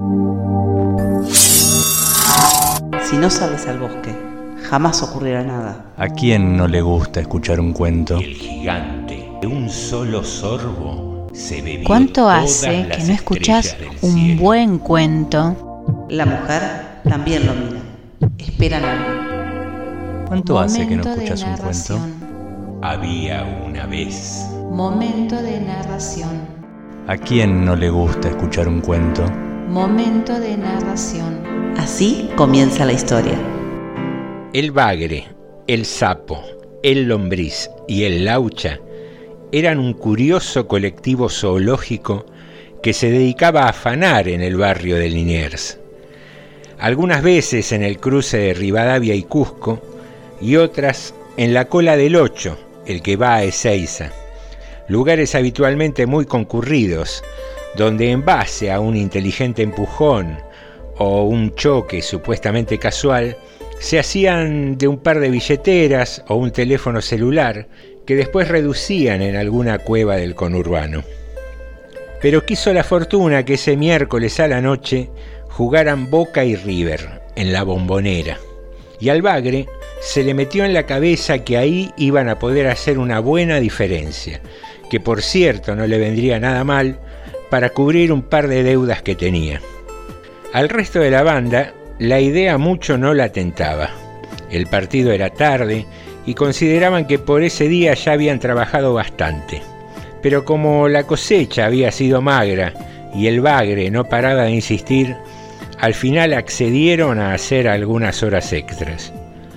Si no sales al bosque, jamás ocurrirá nada. ¿A quién no le gusta escuchar un cuento? El gigante, de un solo sorbo, se bebió. ¿Cuánto todas hace las que no escuchás un cielo. buen cuento? La mujer también lo mira. Esperan algo. ¿Cuánto Momento hace que no de escuchas un narración. cuento? Había una vez. Momento de narración. ¿A quién no le gusta escuchar un cuento? Momento de narración. Así comienza la historia. El bagre, el sapo, el lombriz y el laucha eran un curioso colectivo zoológico que se dedicaba a afanar en el barrio de Liniers. Algunas veces en el cruce de Rivadavia y Cusco, y otras en la cola del Ocho, el que va a Ezeiza, lugares habitualmente muy concurridos, donde en base a un inteligente empujón o un choque supuestamente casual, se hacían de un par de billeteras o un teléfono celular que después reducían en alguna cueva del conurbano. Pero quiso la fortuna que ese miércoles a la noche jugaran Boca y River en la Bombonera, y al bagre se le metió en la cabeza que ahí iban a poder hacer una buena diferencia, que por cierto no le vendría nada mal para cubrir un par de deudas que tenía. Al resto de la banda, la idea mucho no la tentaba. El partido era tarde y consideraban que por ese día ya habían trabajado bastante. Pero como la cosecha había sido magra y el bagre no paraba de insistir, al final accedieron a hacer algunas horas extras.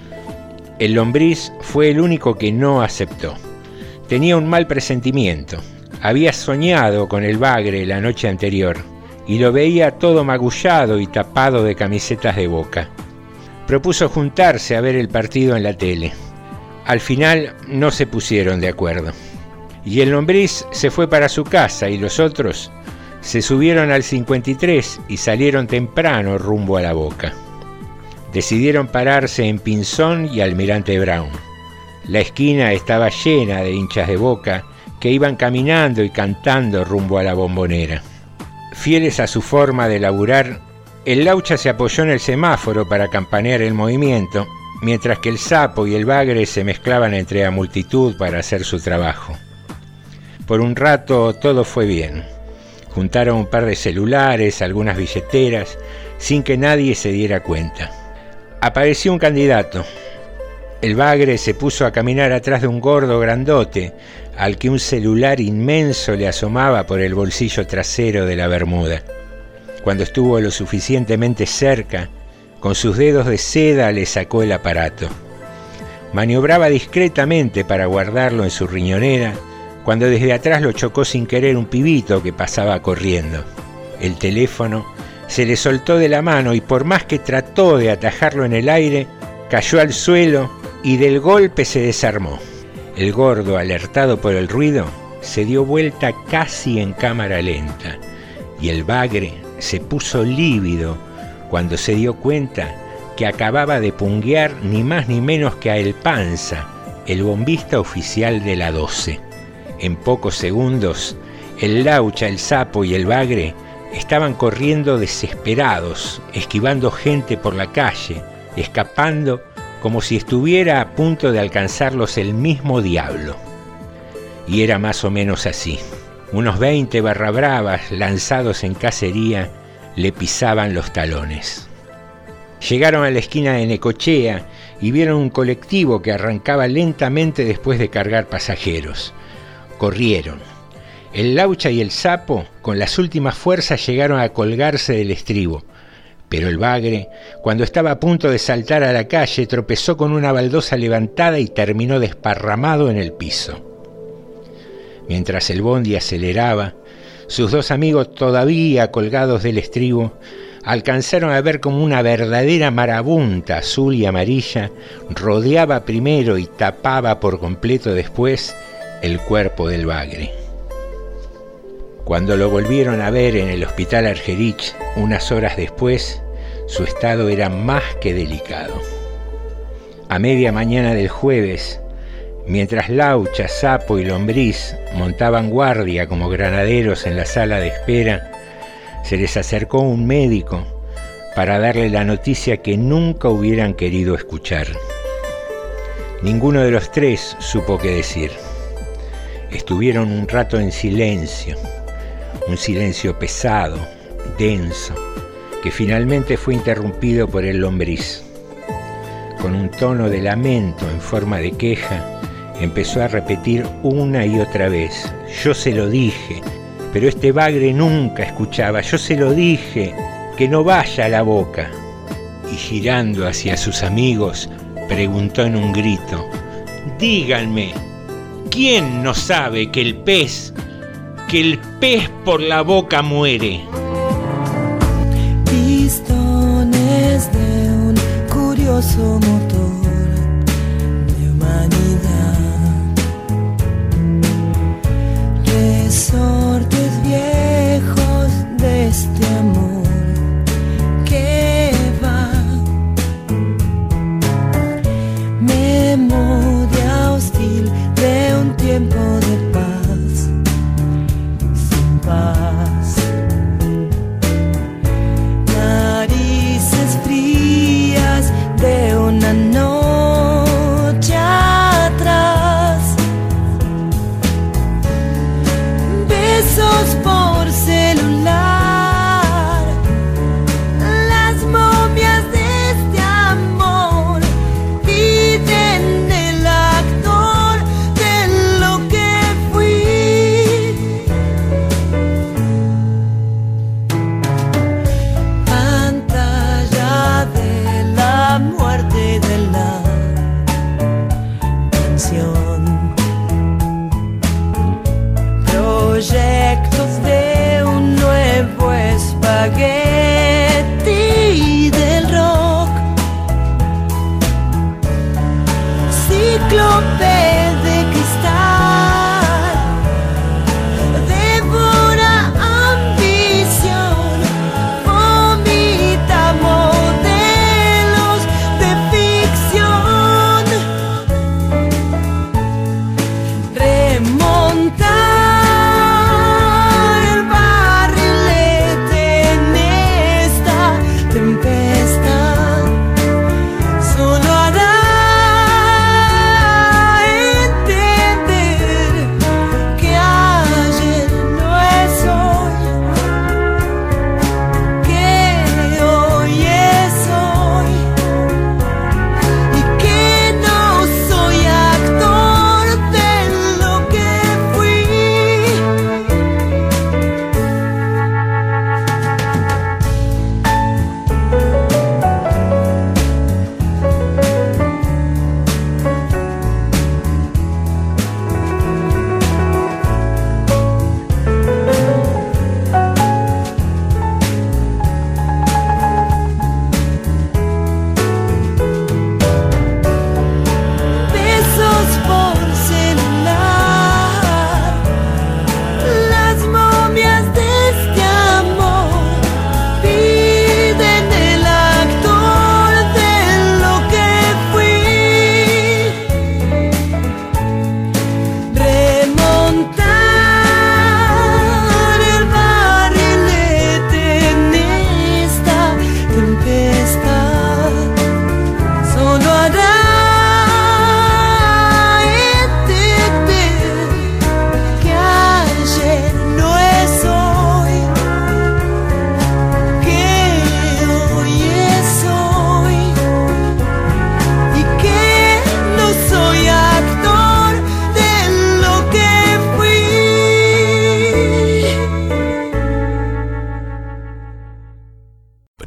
El lombriz fue el único que no aceptó. Tenía un mal presentimiento. Había soñado con el bagre la noche anterior y lo veía todo magullado y tapado de camisetas de Boca. Propuso juntarse a ver el partido en la tele. Al final no se pusieron de acuerdo. Y el lombriz se fue para su casa y los otros se subieron al cincuenta y tres y salieron temprano rumbo a la Boca. Decidieron pararse en Pinzón y Almirante Brown. La esquina estaba llena de hinchas de Boca que iban caminando y cantando rumbo a la Bombonera. Fieles a su forma de laburar, el laucha se apoyó en el semáforo para campanear el movimiento, mientras que el sapo y el bagre se mezclaban entre la multitud para hacer su trabajo. Por un rato todo fue bien. Juntaron un par de celulares, algunas billeteras, sin que nadie se diera cuenta. Apareció un candidato. El bagre se puso a caminar atrás de un gordo grandote, al que un celular inmenso le asomaba por el bolsillo trasero de la bermuda. Cuando estuvo lo suficientemente cerca, con sus dedos de seda le sacó el aparato. Maniobraba discretamente para guardarlo en su riñonera cuando desde atrás lo chocó sin querer un pibito que pasaba corriendo. El teléfono se le soltó de la mano y por más que trató de atajarlo en el aire, cayó al suelo y del golpe se desarmó. El gordo, alertado por el ruido, se dio vuelta casi en cámara lenta y el bagre se puso lívido cuando se dio cuenta que acababa de punguear ni más ni menos que a El Panza, el bombista oficial de la doce. En pocos segundos, el Laucha, el Sapo y el Bagre estaban corriendo desesperados, esquivando gente por la calle, escapando como si estuviera a punto de alcanzarlos el mismo diablo. Y era más o menos así. Unos veinte barra bravas lanzados en cacería le pisaban los talones. Llegaron a la esquina de Necochea y vieron un colectivo que arrancaba lentamente después de cargar pasajeros. Corrieron. El Laucha y el Sapo, con las últimas fuerzas, llegaron a colgarse del estribo. Pero el Bagre, cuando estaba a punto de saltar a la calle, tropezó con una baldosa levantada y terminó desparramado en el piso. Mientras el bondi aceleraba, sus dos amigos, todavía colgados del estribo, alcanzaron a ver como una verdadera marabunta azul y amarilla rodeaba primero y tapaba por completo después el cuerpo del Bagre. Cuando lo volvieron a ver en el hospital Argerich unas horas después, su estado era más que delicado. A media mañana del jueves, mientras Laucha, Sapo y Lombriz montaban guardia como granaderos en la sala de espera, se les acercó un médico para darle la noticia que nunca hubieran querido escuchar. Ninguno de los tres supo qué decir. Estuvieron un rato en silencio, un silencio pesado, denso, que finalmente fue interrumpido por el Lombriz. Con un tono de lamento en forma de queja, empezó a repetir una y otra vez: yo se lo dije, pero este Bagre nunca escuchaba, yo se lo dije, que no vaya a la boca. Y girando hacia sus amigos, preguntó en un grito: díganme, ¿quién no sabe que el pez, que el pez por la boca muere? Pistones de un curioso motor de humanidad, resortes viejos de este amor que va, memoria hostil de un tiempo de paz, sin paz, narices frías de una noche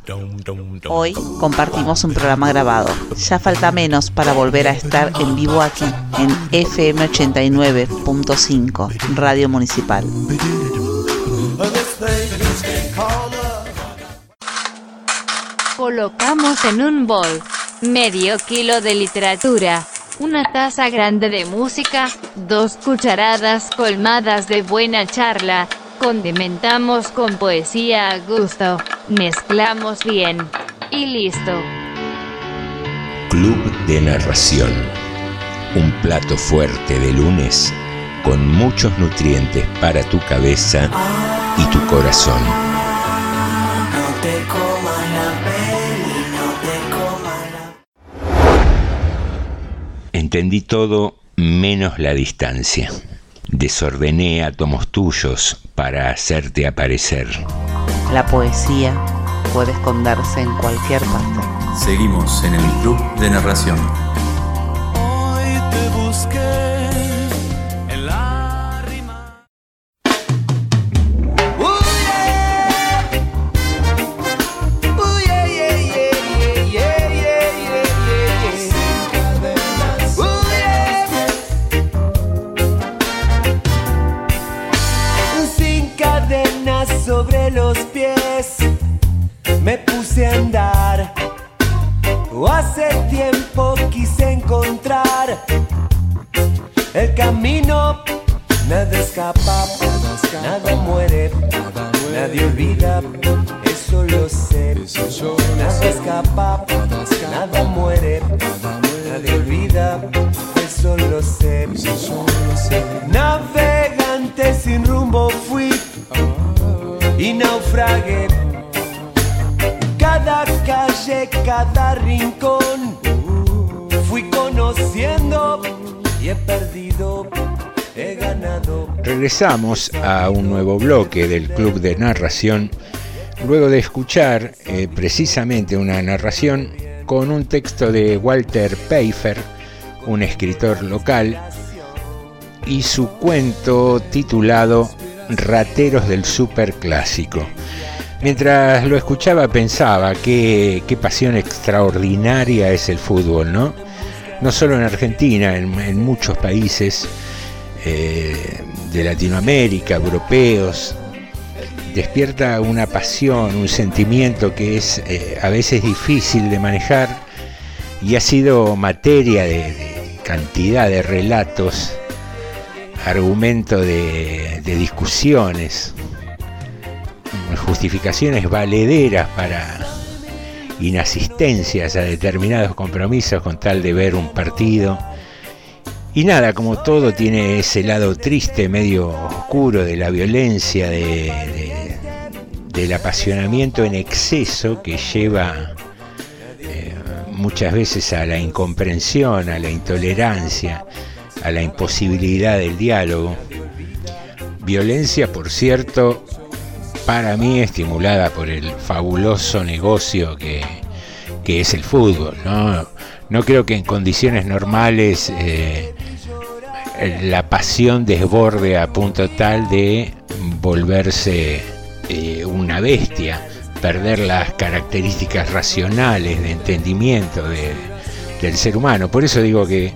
Hoy compartimos un programa grabado. Ya falta menos para volver a estar en vivo aquí, en F M ochenta y nueve punto cinco, Radio Municipal. Colocamos en un bol medio kilo de literatura, una taza grande de música, dos cucharadas colmadas de buena charla, condimentamos con poesía a gusto, mezclamos bien y listo. Club de Narración, un plato fuerte de lunes con muchos nutrientes para tu cabeza y tu corazón. No te comas la peli, no te comas la... Entendí todo menos la distancia. Desordené átomos tuyos para hacerte aparecer. La poesía puede esconderse en cualquier parte. Seguimos en el Club de Narración. Hoy te busqué en la rima. Uh, yeah. Uh, yeah, yeah, yeah, yeah, yeah, yeah, yeah. Uh, yeah. Sin cadenas sobre los pies, me puse a andar. Hace tiempo quise encontrar el camino. Nada escapa, nada muere, nadie olvida, eso lo sé. Nada escapa, nada muere, nadie olvida, eso lo sé. Navegante sin rumbo fui y naufragué. Cada calle, cada rincón, fui conociendo y he perdido, he ganado. Regresamos a un nuevo bloque del Club de Narración, luego de escuchar eh, precisamente una narración con un texto de Walter Pfeiffer, un escritor local, y su cuento titulado Rateros del Superclásico. Mientras lo escuchaba pensaba que qué pasión extraordinaria es el fútbol, ¿no? No solo en Argentina, en, en muchos países eh, de Latinoamérica, europeos, despierta una pasión, un sentimiento que es eh, a veces difícil de manejar y ha sido materia de, de cantidad de relatos, argumento de, de discusiones, justificaciones valederas para inasistencias a determinados compromisos con tal de ver un partido. Y nada, como todo tiene ese lado triste, medio oscuro de la violencia, de, de, del apasionamiento en exceso que lleva eh, muchas veces a la incomprensión, a la intolerancia, a la imposibilidad del diálogo. Violencia, por cierto, para mí estimulada por el fabuloso negocio que, que es el fútbol, ¿no? No creo que en condiciones normales eh, la pasión desborde a punto tal de volverse eh, una bestia, perder las características racionales de entendimiento de, del ser humano. Por eso digo que,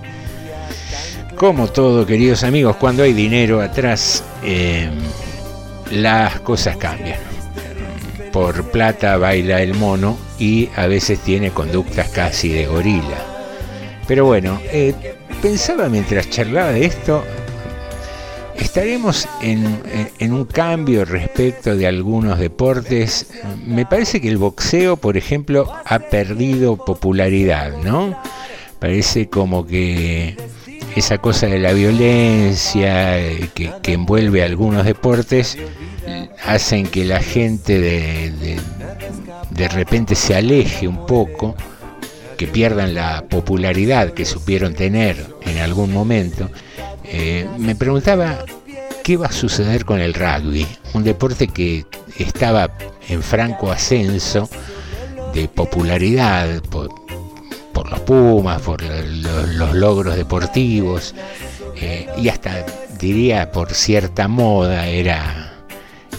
como todo, queridos amigos, cuando hay dinero atrás, eh, las cosas cambian. Por plata baila el mono y a veces tiene conductas casi de gorila. Pero bueno, eh, pensaba mientras charlaba de esto, estaremos en, en un cambio respecto de algunos deportes. Me parece que el boxeo, por ejemplo, ha perdido popularidad, ¿no? Parece como que esa cosa de la violencia que, que envuelve a algunos deportes hacen que la gente de, de, de repente se aleje un poco, que pierdan la popularidad que supieron tener en algún momento. Eh, me preguntaba qué va a suceder con el rugby, un deporte que estaba en franco ascenso de popularidad por, por los Pumas, por los, los logros deportivos, eh, y hasta diría por cierta moda era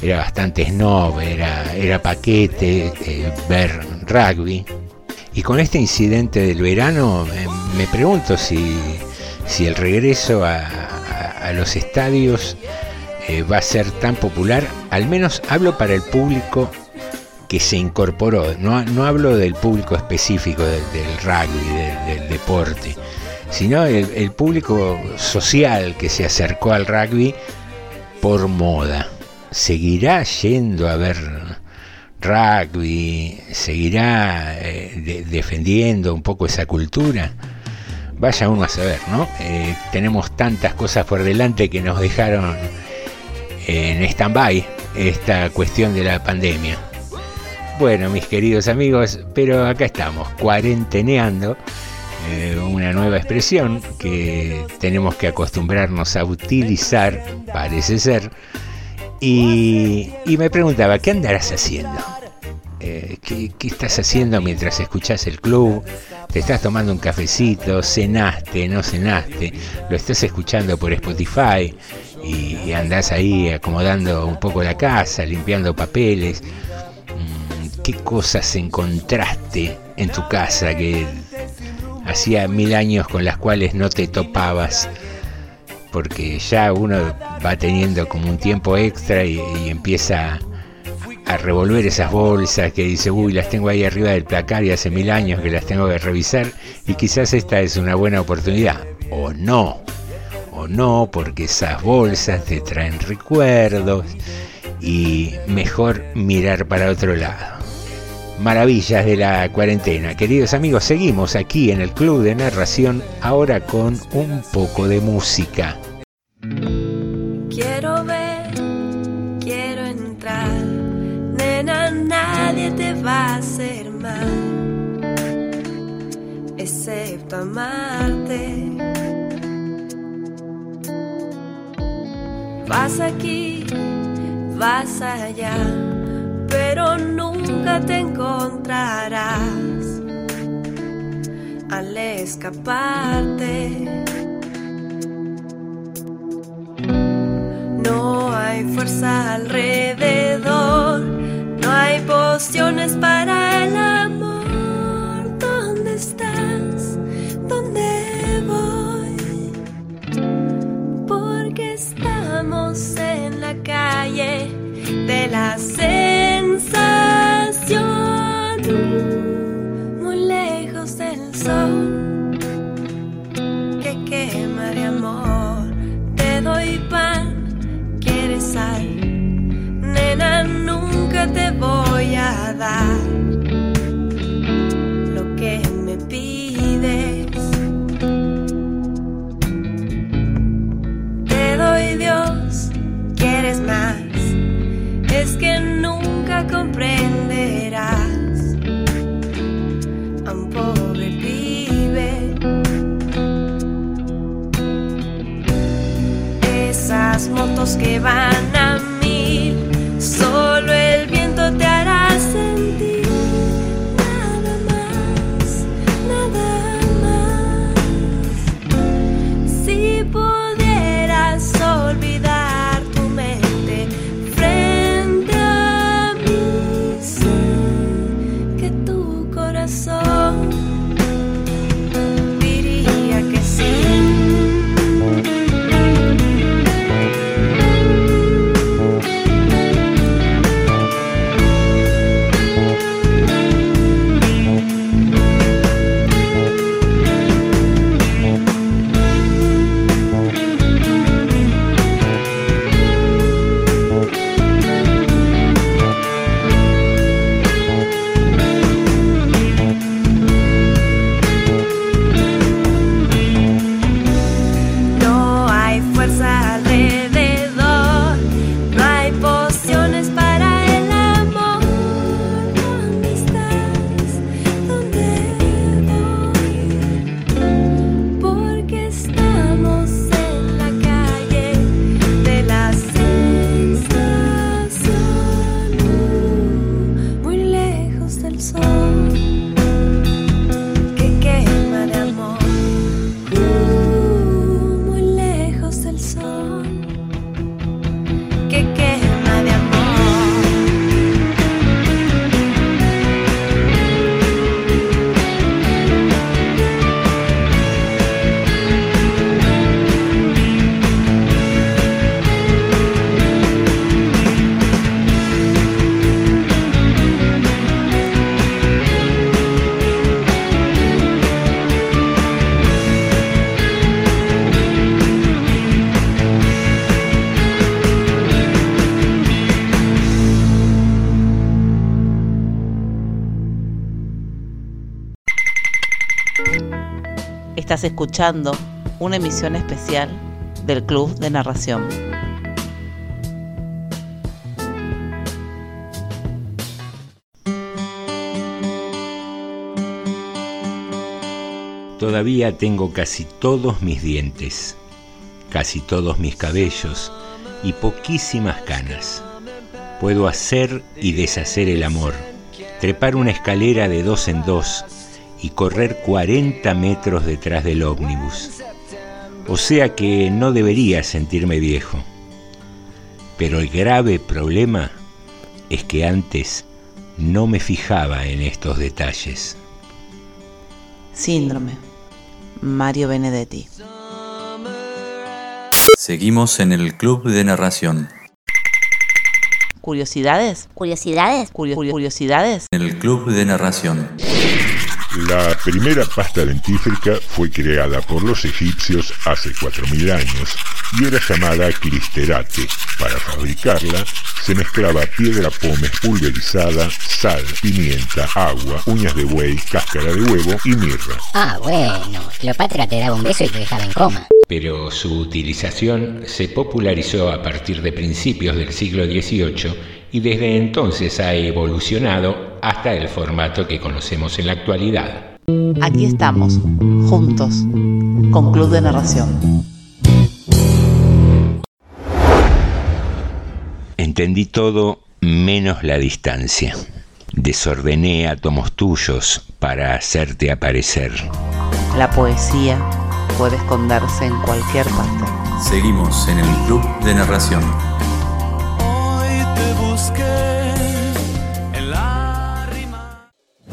era bastante snob, era, era paquete eh, ver rugby. Y con este incidente del verano eh, me pregunto si, si el regreso a, a, a los estadios eh, va a ser tan popular. Al menos hablo para el público que se incorporó, no, no hablo del público específico del, del rugby, del, del deporte, sino el, el público social que se acercó al rugby por moda. ¿Seguirá yendo a ver rugby? ¿Seguirá eh, de, defendiendo un poco esa cultura? Vaya uno a saber, ¿no? Eh, tenemos tantas cosas por delante que nos dejaron en stand-by esta cuestión de la pandemia. Bueno, mis queridos amigos, pero acá estamos, cuarenteneando, eh, una nueva expresión que tenemos que acostumbrarnos a utilizar, parece ser, y, y me preguntaba, ¿qué andarás haciendo? Eh, ¿qué, ¿Qué estás haciendo mientras escuchás el club? ¿Te estás tomando un cafecito? ¿Cenaste? ¿No cenaste? ¿Lo estás escuchando por Spotify? Y, y andás ahí acomodando un poco la casa, limpiando papeles. ¿Qué cosas encontraste en tu casa que hacía mil años con las cuales no te topabas? Porque ya uno va teniendo como un tiempo extra y, y empieza a revolver esas bolsas que dice, uy, las tengo ahí arriba del placar y hace mil años que las tengo que revisar, y quizás esta es una buena oportunidad, o no, o no, porque esas bolsas te traen recuerdos y mejor mirar para otro lado. Maravillas de la cuarentena. Queridos amigos, seguimos aquí en el Club de Narración, ahora con un poco de música. Quiero ver, quiero entrar, nena, nadie te va a hacer mal, excepto amarte. Vas aquí, vas allá, pero nunca te encontrarás al escaparte. No hay fuerza alrededor, no hay pociones para el amor. ¿Dónde estás? ¿Dónde voy? Porque estamos en la calle de la sensación, muy lejos del sol que quema de amor. Te doy pan, quieres sal, nena, nunca te voy a dar lo que me pides. Te doy Dios, quieres más, es que nunca comprenderás a un pobre pibe. Esas motos que van a mil, solo el viento te hará sentir. Nada más, nada más. Si pudieras olvidar tu mente frente a mí, sé que tu corazón diría que sí. Que quema de amor. Estás escuchando una emisión especial del Club de Narración. Todavía tengo casi todos mis dientes, casi todos mis cabellos y poquísimas canas. Puedo hacer y deshacer el amor, trepar una escalera de dos en dos y correr cuarenta metros detrás del ómnibus. O sea que no debería sentirme viejo. Pero el grave problema es que antes no me fijaba en estos detalles. Síndrome. Mario Benedetti. Seguimos en el Club de Narración. ¿Curiosidades? ¿Curiosidades? Curio- ¿Curiosidades? En el Club de Narración. La primera pasta dentífrica fue creada por los egipcios hace cuatro mil años y era llamada clisterate. Para fabricarla se mezclaba piedra pómez pulverizada, sal, pimienta, agua, uñas de buey, cáscara de huevo y mirra. Ah, bueno, Cleopatra te daba un beso y te dejaba en coma. Pero su utilización se popularizó a partir de principios del siglo dieciocho y desde entonces ha evolucionado hasta el formato que conocemos en la actualidad. Aquí estamos, juntos, con Club de Narración. Entendí todo menos la distancia. Desordené átomos tuyos para hacerte aparecer. La poesía puede esconderse en cualquier parte. Seguimos en el Club de Narración. Hoy te busqué en la rima.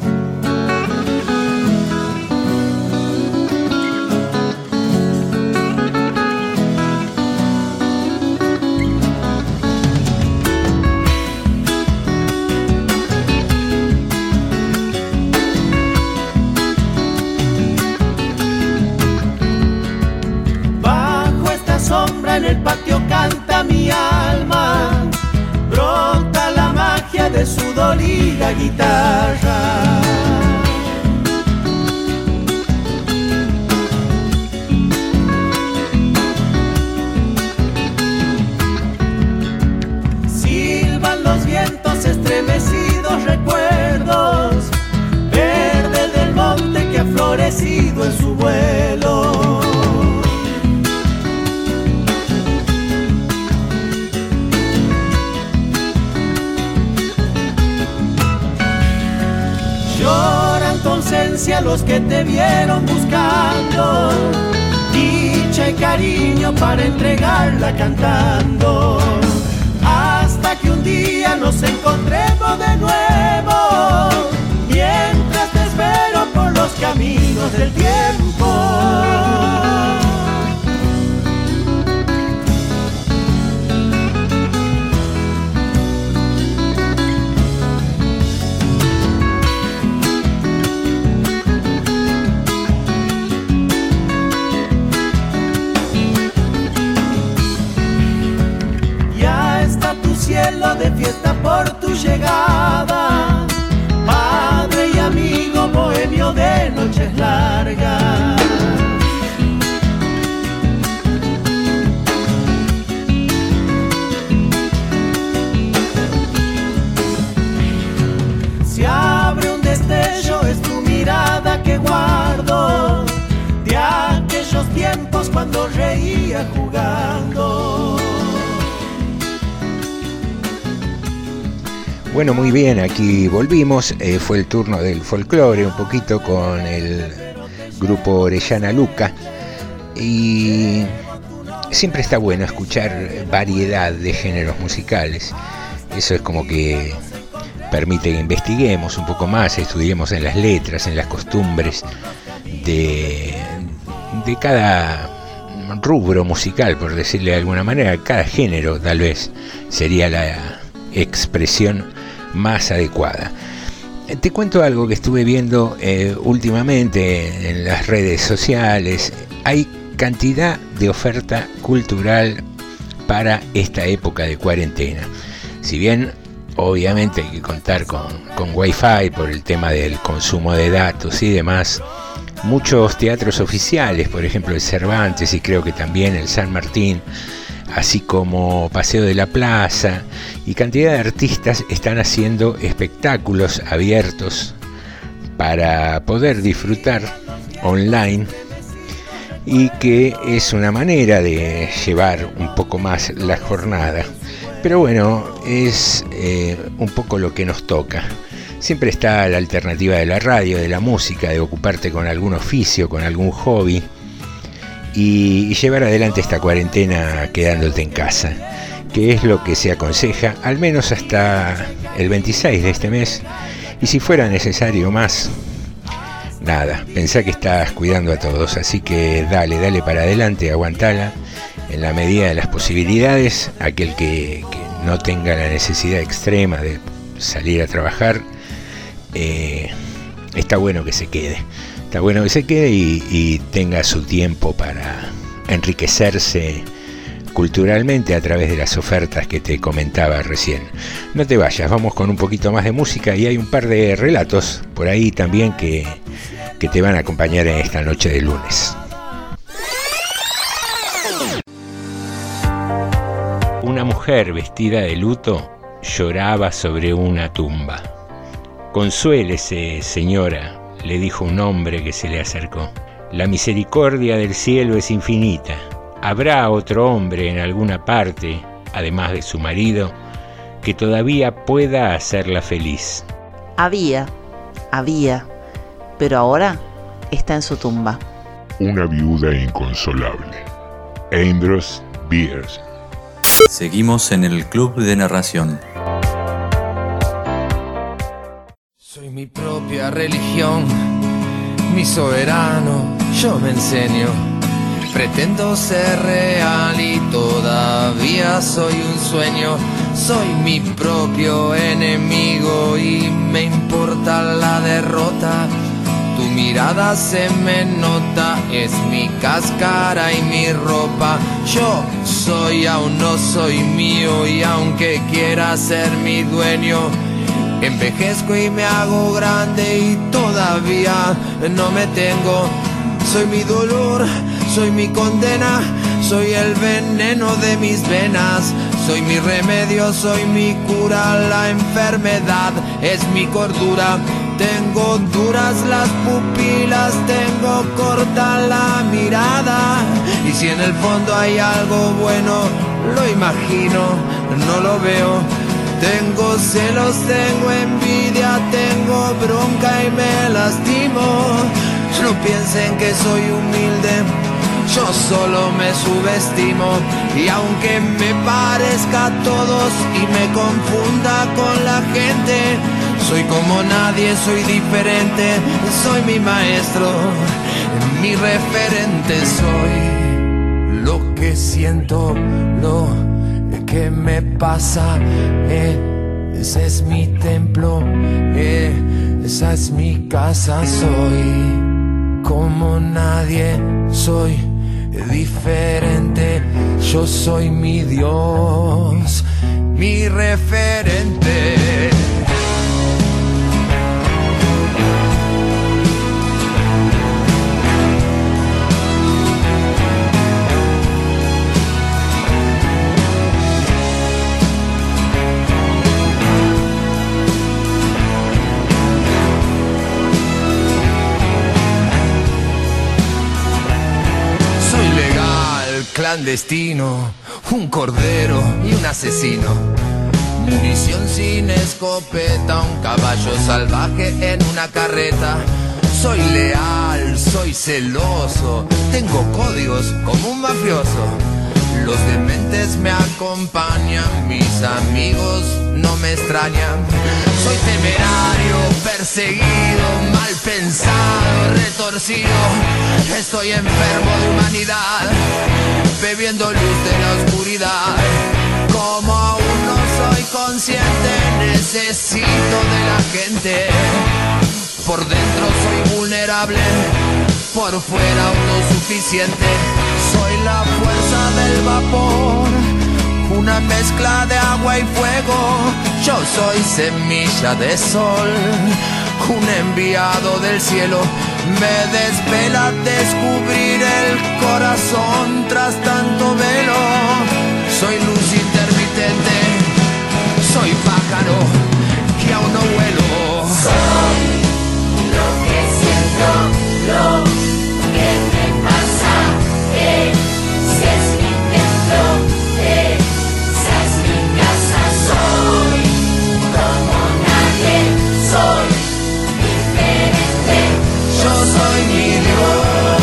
Bajo esta sombra en el patio canta mi alma, brota la magia de su dolida guitarra. Silban los vientos estremecidos recuerdos, verde del monte que ha florecido en su vuelo. Lloran tu ausencia los que te vieron buscando, dicha y cariño para entregarla cantando, hasta que un día nos encontremos de nuevo, mientras te espero por los caminos del tiempo. Cielo de fiesta por tu llegada, padre y amigo bohemio de noches largas. Se abre un destello, es tu mirada que guardo, de aquellos tiempos cuando reía jugando. Bueno, muy bien, aquí volvimos. Eh, fue el turno del folclore, un poquito con el grupo Orellana Luca. Y siempre está bueno escuchar variedad de géneros musicales. Eso es como que permite que investiguemos un poco más, estudiemos en las letras, en las costumbres de, de cada rubro musical, por decirle de alguna manera. Cada género tal vez sería la expresión más adecuada. Te cuento algo que estuve viendo eh, últimamente en las redes sociales. Hay cantidad de oferta cultural para esta época de cuarentena. Si bien obviamente hay que contar con, con Wi-Fi por el tema del consumo de datos y demás. Muchos teatros oficiales, por ejemplo el Cervantes y creo que también el San Martín, así como Paseo de la Plaza y cantidad de artistas están haciendo espectáculos abiertos para poder disfrutar online, y que es una manera de llevar un poco más la jornada. Pero bueno, es eh, un poco lo que nos toca. Siempre está la alternativa de la radio, de la música, de ocuparte con algún oficio, con algún hobby y, y llevar adelante esta cuarentena quedándote en casa, que es lo que se aconseja, al menos hasta el veintiséis de este mes, y si fuera necesario más, nada, pensá que estás cuidando a todos, así que dale, dale para adelante, aguantala en la medida de las posibilidades. Aquel que, que no tenga la necesidad extrema de salir a trabajar, eh, está bueno que se quede, está bueno que se quede y, y tenga su tiempo para enriquecerse culturalmente a través de las ofertas que te comentaba recién. No te vayas, vamos con un poquito más de música y hay un par de relatos por ahí también que, que te van a acompañar en esta noche de lunes. Una mujer vestida de luto lloraba sobre una tumba. Consuélese, señora, le dijo un hombre que se le acercó. La misericordia del cielo es infinita. Habrá otro hombre en alguna parte, además de su marido, que todavía pueda hacerla feliz. Había, había, pero ahora está en su tumba. Una viuda inconsolable. Ambrose Bierce. Seguimos en el Club de Narración. Soy mi propia religión, mi soberano, yo me enseño. Pretendo ser real y todavía soy un sueño. Soy mi propio enemigo y me importa la derrota. Tu mirada se me nota, es mi cáscara y mi ropa. Yo soy, aún no soy mío, y aunque quiera ser mi dueño, envejezco y me hago grande y todavía no me tengo. Soy mi dolor, soy mi condena, soy el veneno de mis venas. Soy mi remedio, soy mi cura, la enfermedad es mi cordura. Tengo duras las pupilas, tengo corta la mirada. Y si en el fondo hay algo bueno, lo imagino, no lo veo. Tengo celos, tengo envidia, tengo bronca y me lastimo. No piensen que soy humilde, yo solo me subestimo. Y aunque me parezca a todos y me confunda con la gente, soy como nadie, soy diferente, soy mi maestro, mi referente. Soy lo que siento, lo que me pasa, eh, ese es mi templo, eh, esa es mi casa. Soy como nadie, soy diferente, yo soy mi Dios, mi referente. Clandestino, un cordero y un asesino. Munición sin escopeta, un caballo salvaje en una carreta. Soy leal, soy celoso, tengo códigos como un mafioso. Los dementes me acompañan, mis amigos no me extrañan. Soy temerario, perseguido, mal pensado, retorcido. Estoy enfermo de humanidad, bebiendo luz de la oscuridad. Como aún no soy consciente, necesito de la gente. Por dentro soy vulnerable, por fuera autosuficiente. Soy la fuerza del vapor, una mezcla de agua y fuego. Yo soy semilla de sol, un enviado del cielo. Me desvela descubrir el corazón tras tanto velo. Soy luz intermitente, soy pájaro que aún no vuelo. Soy lo que siento, lo que me pasa, ese es mi templo, esa es mi casa. Soy como nadie, soy diferente, yo soy mi Dios.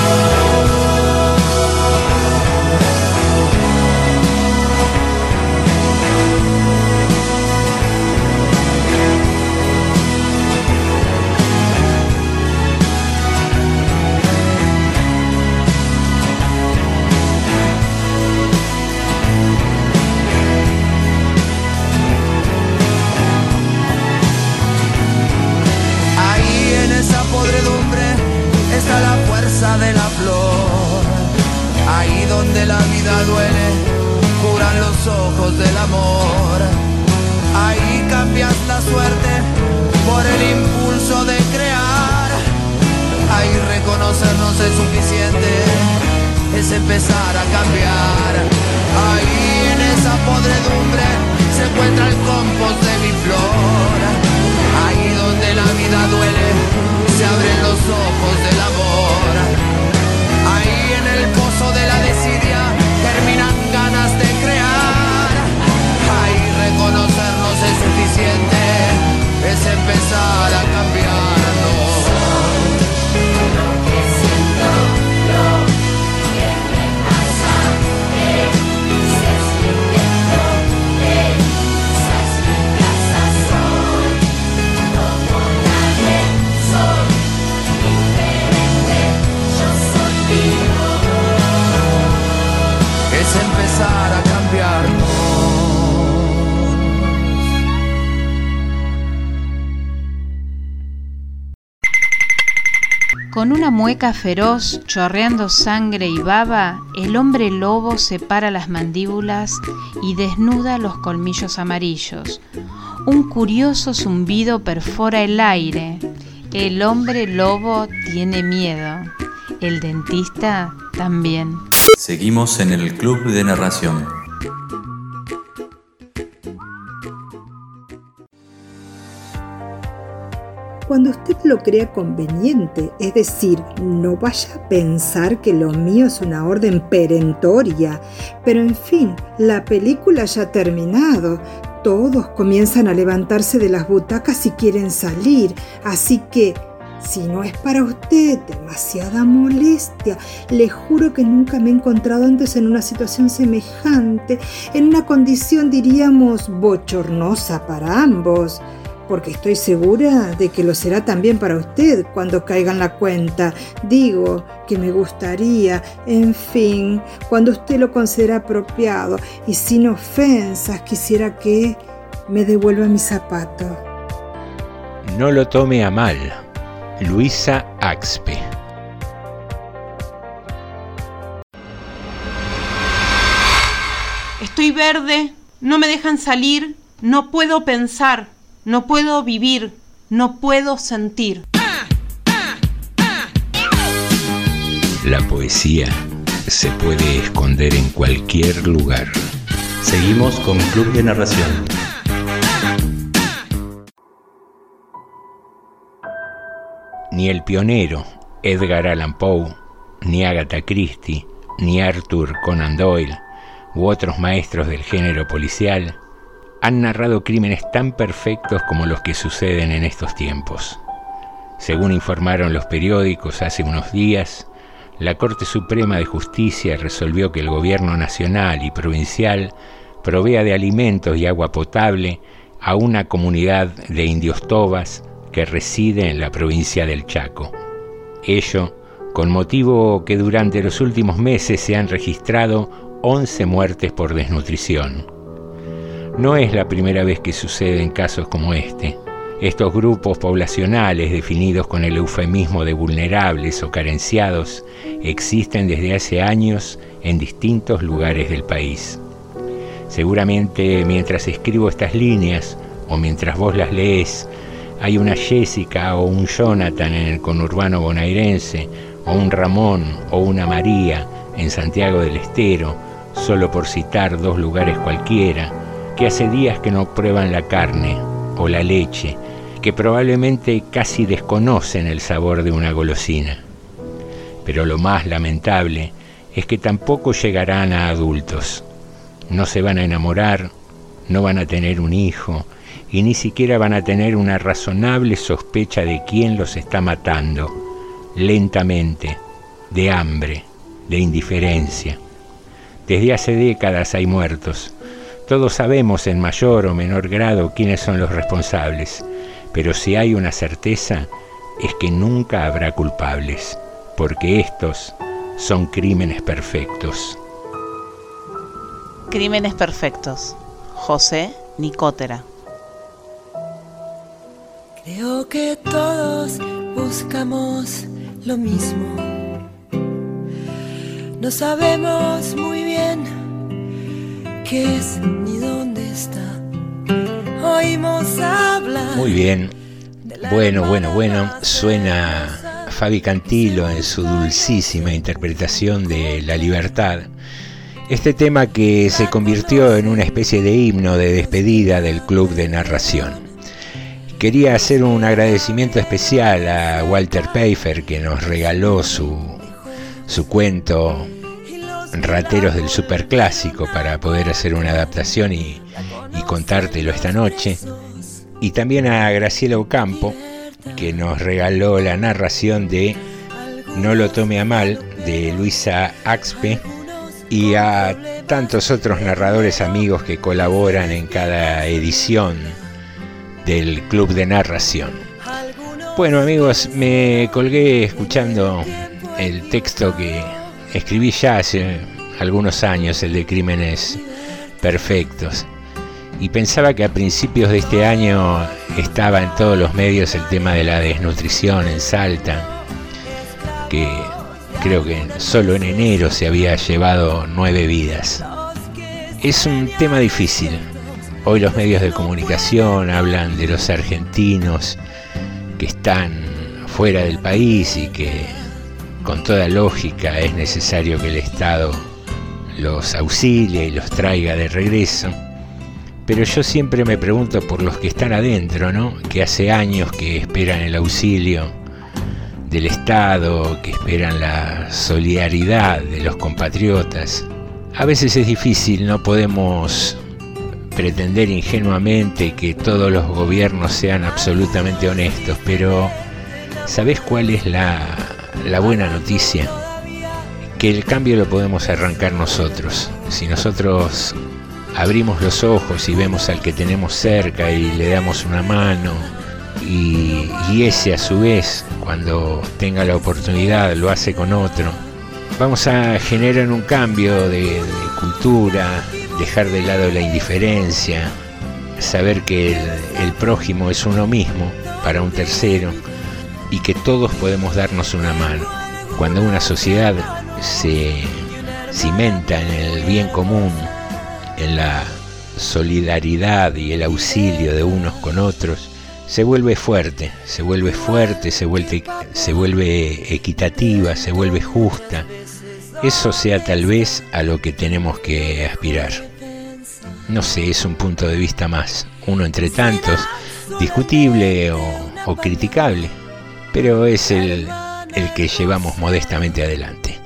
Está la fuerza de la flor, ahí donde la vida duele, curan los ojos del amor. Ahí cambias la suerte por el impulso de crear. Ahí reconocernos es suficiente, es empezar a cambiar. Ahí en esa podredumbre se encuentra el compost de mi flor. Ahí donde la vida duele, se abren los ojos del amor. Ahí en el pozo de la desidia terminan ganas de crear. Ahí reconocernos es suficiente, es empezar a cambiarnos. Lo que siento, lo que me pasa, ese es mi templo, esa es mi casa. Soy como nadie, soy diferente, yo soy vivo. Es empezar a cambiarnos. Con una mueca feroz, chorreando sangre y baba, el hombre lobo separa las mandíbulas y desnuda los colmillos amarillos. Un curioso zumbido perfora el aire. El hombre lobo tiene miedo. El dentista también. Seguimos en el Club de Narración. Cuando usted lo crea conveniente, es decir, no vaya a pensar que lo mío es una orden perentoria, pero en fin, la película ya ha terminado. Todos comienzan a levantarse de las butacas y quieren salir, así que, si no es para usted demasiada molestia, le juro que nunca me he encontrado antes en una situación semejante, en una condición, diríamos, bochornosa para ambos. Porque estoy segura de que lo será también para usted cuando caiga en la cuenta. Digo que me gustaría, en fin, cuando usted lo considera apropiado y sin ofensas, quisiera que me devuelva mi zapato. No lo tome a mal. Luisa Axpe. Estoy verde, no me dejan salir, no puedo pensar. No puedo vivir, no puedo sentir. La poesía se puede esconder en cualquier lugar. Seguimos con Club de Narración. Ni el pionero Edgar Allan Poe, ni Agatha Christie, ni Arthur Conan Doyle, u otros maestros del género policial, han narrado crímenes tan perfectos como los que suceden en estos tiempos. Según informaron los periódicos hace unos días, la Corte Suprema de Justicia resolvió que el gobierno nacional y provincial provea de alimentos y agua potable a una comunidad de indios tobas que reside en la provincia del Chaco. Ello con motivo que durante los últimos meses se han registrado once muertes por desnutrición. No es la primera vez que suceden casos como este. Estos grupos poblacionales, definidos con el eufemismo de vulnerables o carenciados, existen desde hace años en distintos lugares del país. Seguramente mientras escribo estas líneas, o mientras vos las lees, hay una Jessica o un Jonathan en el conurbano bonaerense, o un Ramón o una María en Santiago del Estero, solo por citar dos lugares cualquiera, que hace días que no prueban la carne o la leche, que probablemente casi desconocen el sabor de una golosina. Pero lo más lamentable es que tampoco llegarán a adultos. No se van a enamorar, no van a tener un hijo, y ni siquiera van a tener una razonable sospecha de quién los está matando, lentamente, de hambre, de indiferencia. Desde hace décadas hay muertos. Todos sabemos en mayor o menor grado quiénes son los responsables, pero si hay una certeza es que nunca habrá culpables, porque estos son crímenes perfectos. Crímenes perfectos. José Nicotera. Creo que todos buscamos lo mismo. No sabemos muy bien qué es ni dónde está. Oímos hablar. Muy bien. Bueno, bueno, bueno. Suena Fabi Cantilo en su dulcísima interpretación de La Libertad. Este tema que se convirtió en una especie de himno de despedida del Club de Narración. Quería hacer un agradecimiento especial a Walter Pfeiffer, que nos regaló su, su cuento Rateros del Superclásico para poder hacer una adaptación y, y contártelo esta noche. Y también a Graciela Ocampo, que nos regaló la narración de No lo tome a mal, de Luisa Axpe, y a tantos otros narradores amigos que colaboran en cada edición del Club de Narración. Bueno, amigos, me colgué escuchando el texto que escribí ya hace algunos años, el de Crímenes Perfectos, y pensaba que a principios de este año estaba en todos los medios el tema de la desnutrición en Salta, que creo que solo en enero se había llevado nueve vidas. Es un tema difícil. Hoy los medios de comunicación hablan de los argentinos que están fuera del país y que con toda lógica es necesario que el Estado los auxilie y los traiga de regreso. Pero yo siempre me pregunto por los que están adentro, ¿no? Que hace años que esperan el auxilio del Estado, que esperan la solidaridad de los compatriotas. A veces es difícil, no podemos pretender ingenuamente que todos los gobiernos sean absolutamente honestos, pero ¿sabés cuál es la, la buena noticia? Que el cambio lo podemos arrancar nosotros. Si nosotros abrimos los ojos y vemos al que tenemos cerca y le damos una mano, y, y ese a su vez, cuando tenga la oportunidad, lo hace con otro, vamos a generar un cambio de, de cultura, dejar de lado la indiferencia, saber que el, el prójimo es uno mismo para un tercero y que todos podemos darnos una mano. Cuando una sociedad se cimenta en el bien común, en la solidaridad y el auxilio de unos con otros, se vuelve fuerte, se vuelve fuerte, se vuelve, se vuelve equitativa, se vuelve justa. Eso sea tal vez a lo que tenemos que aspirar. No sé, es un punto de vista más, uno entre tantos, discutible o, o criticable, pero es el, el que llevamos modestamente adelante.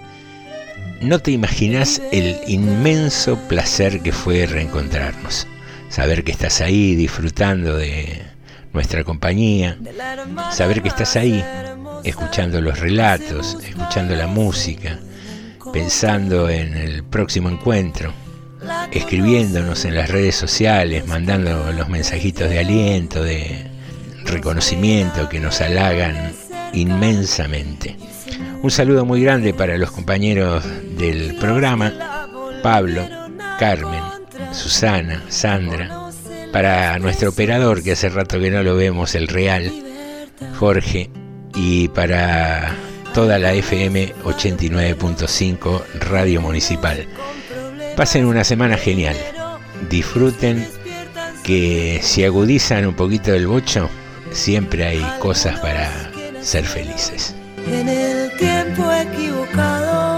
No te imaginas el inmenso placer que fue reencontrarnos, saber que estás ahí disfrutando de nuestra compañía, saber que estás ahí escuchando los relatos, escuchando la música, pensando en el próximo encuentro, escribiéndonos en las redes sociales, mandando los mensajitos de aliento, de reconocimiento que nos halagan inmensamente. Un saludo muy grande para los compañeros del programa, Pablo, Carmen, Susana, Sandra, para nuestro operador, que hace rato que no lo vemos, el Real, Jorge, y para toda la F M ochenta y nueve punto cinco Radio Municipal. Pasen una semana genial. disfruten, que si agudizan un poquito el bocho, siempre hay cosas para ser felices. En el tiempo equivocado.